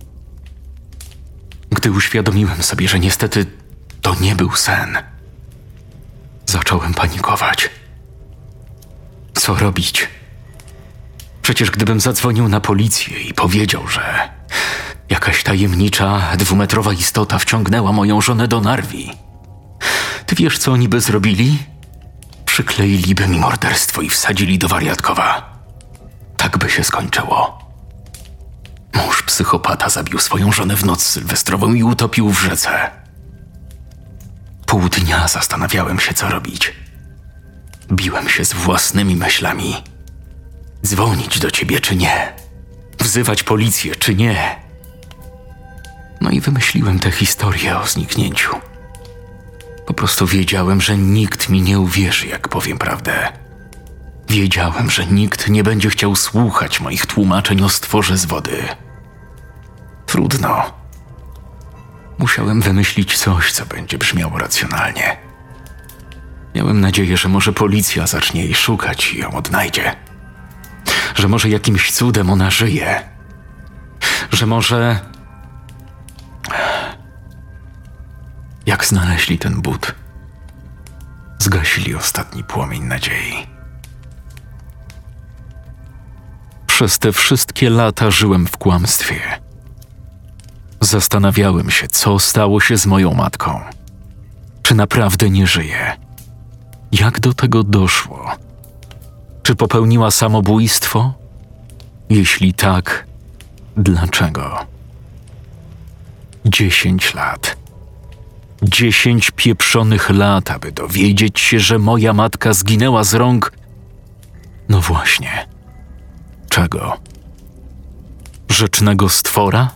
Gdy uświadomiłem sobie, że niestety to nie był sen, zacząłem panikować. Co robić? Przecież gdybym zadzwonił na policję i powiedział, że jakaś tajemnicza, 2-metrowa istota wciągnęła moją żonę do Narwi, ty wiesz, co oni by zrobili? Przykleiliby mi morderstwo i wsadzili do wariatkowa. Tak by się skończyło. Mąż psychopata zabił swoją żonę w noc sylwestrową i utopił w rzece. Pół dnia zastanawiałem się, co robić. Biłem się z własnymi myślami. Dzwonić do ciebie czy nie? Wzywać policję czy nie? No i wymyśliłem tę historię o zniknięciu. Po prostu wiedziałem, że nikt mi nie uwierzy, jak powiem prawdę. Wiedziałem, że nikt nie będzie chciał słuchać moich tłumaczeń o stworze z wody. Trudno. Musiałem wymyślić coś, co będzie brzmiało racjonalnie. Miałem nadzieję, że może policja zacznie jej szukać i ją odnajdzie. Że może jakimś cudem ona żyje. Że może... Jak znaleźli ten but, zgasili ostatni płomień nadziei. Przez te wszystkie lata żyłem w kłamstwie. Zastanawiałem się, co stało się z moją matką. Czy naprawdę nie żyje? Jak do tego doszło? Czy popełniła samobójstwo? Jeśli tak, dlaczego? 10 lat. 10 pieprzonych lat, aby dowiedzieć się, że moja matka zginęła z rąk... No właśnie. Czego? Rzecznego stwora?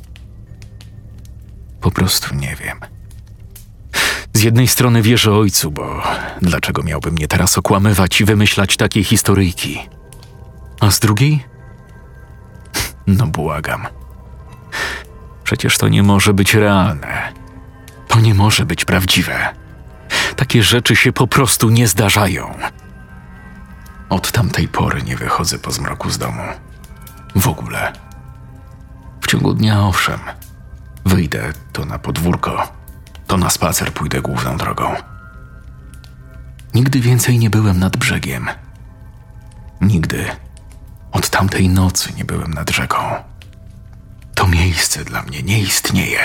Po prostu nie wiem. Z jednej strony wierzę ojcu, bo dlaczego miałby mnie teraz okłamywać i wymyślać takie historyjki? A z drugiej? No błagam. Przecież to nie może być realne. To nie może być prawdziwe. Takie rzeczy się po prostu nie zdarzają. Od tamtej pory nie wychodzę po zmroku z domu. W ogóle. W ciągu dnia owszem. Wyjdę to na podwórko, to na spacer pójdę główną drogą. Nigdy więcej nie byłem nad brzegiem. Nigdy. Od tamtej nocy nie byłem nad rzeką. To miejsce dla mnie nie istnieje.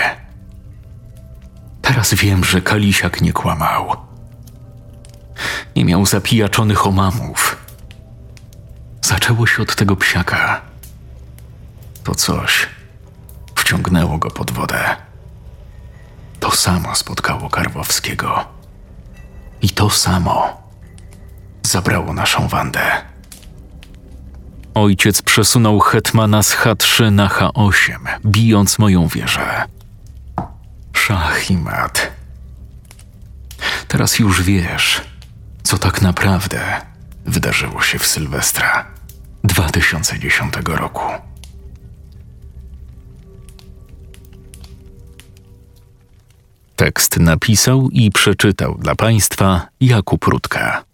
Teraz wiem, że Kalisiak nie kłamał. Nie miał zapijaczonych omamów. Zaczęło się od tego psiaka. To coś wciągnęło go pod wodę. To samo spotkało Karwowskiego. I to samo zabrało naszą Wandę. Ojciec przesunął hetmana z H3 na H8, bijąc moją wieżę. Szach i mat. Teraz już wiesz, co tak naprawdę wydarzyło się w Sylwestra 2010 roku. Tekst napisał i przeczytał dla Państwa Jakub Rutka.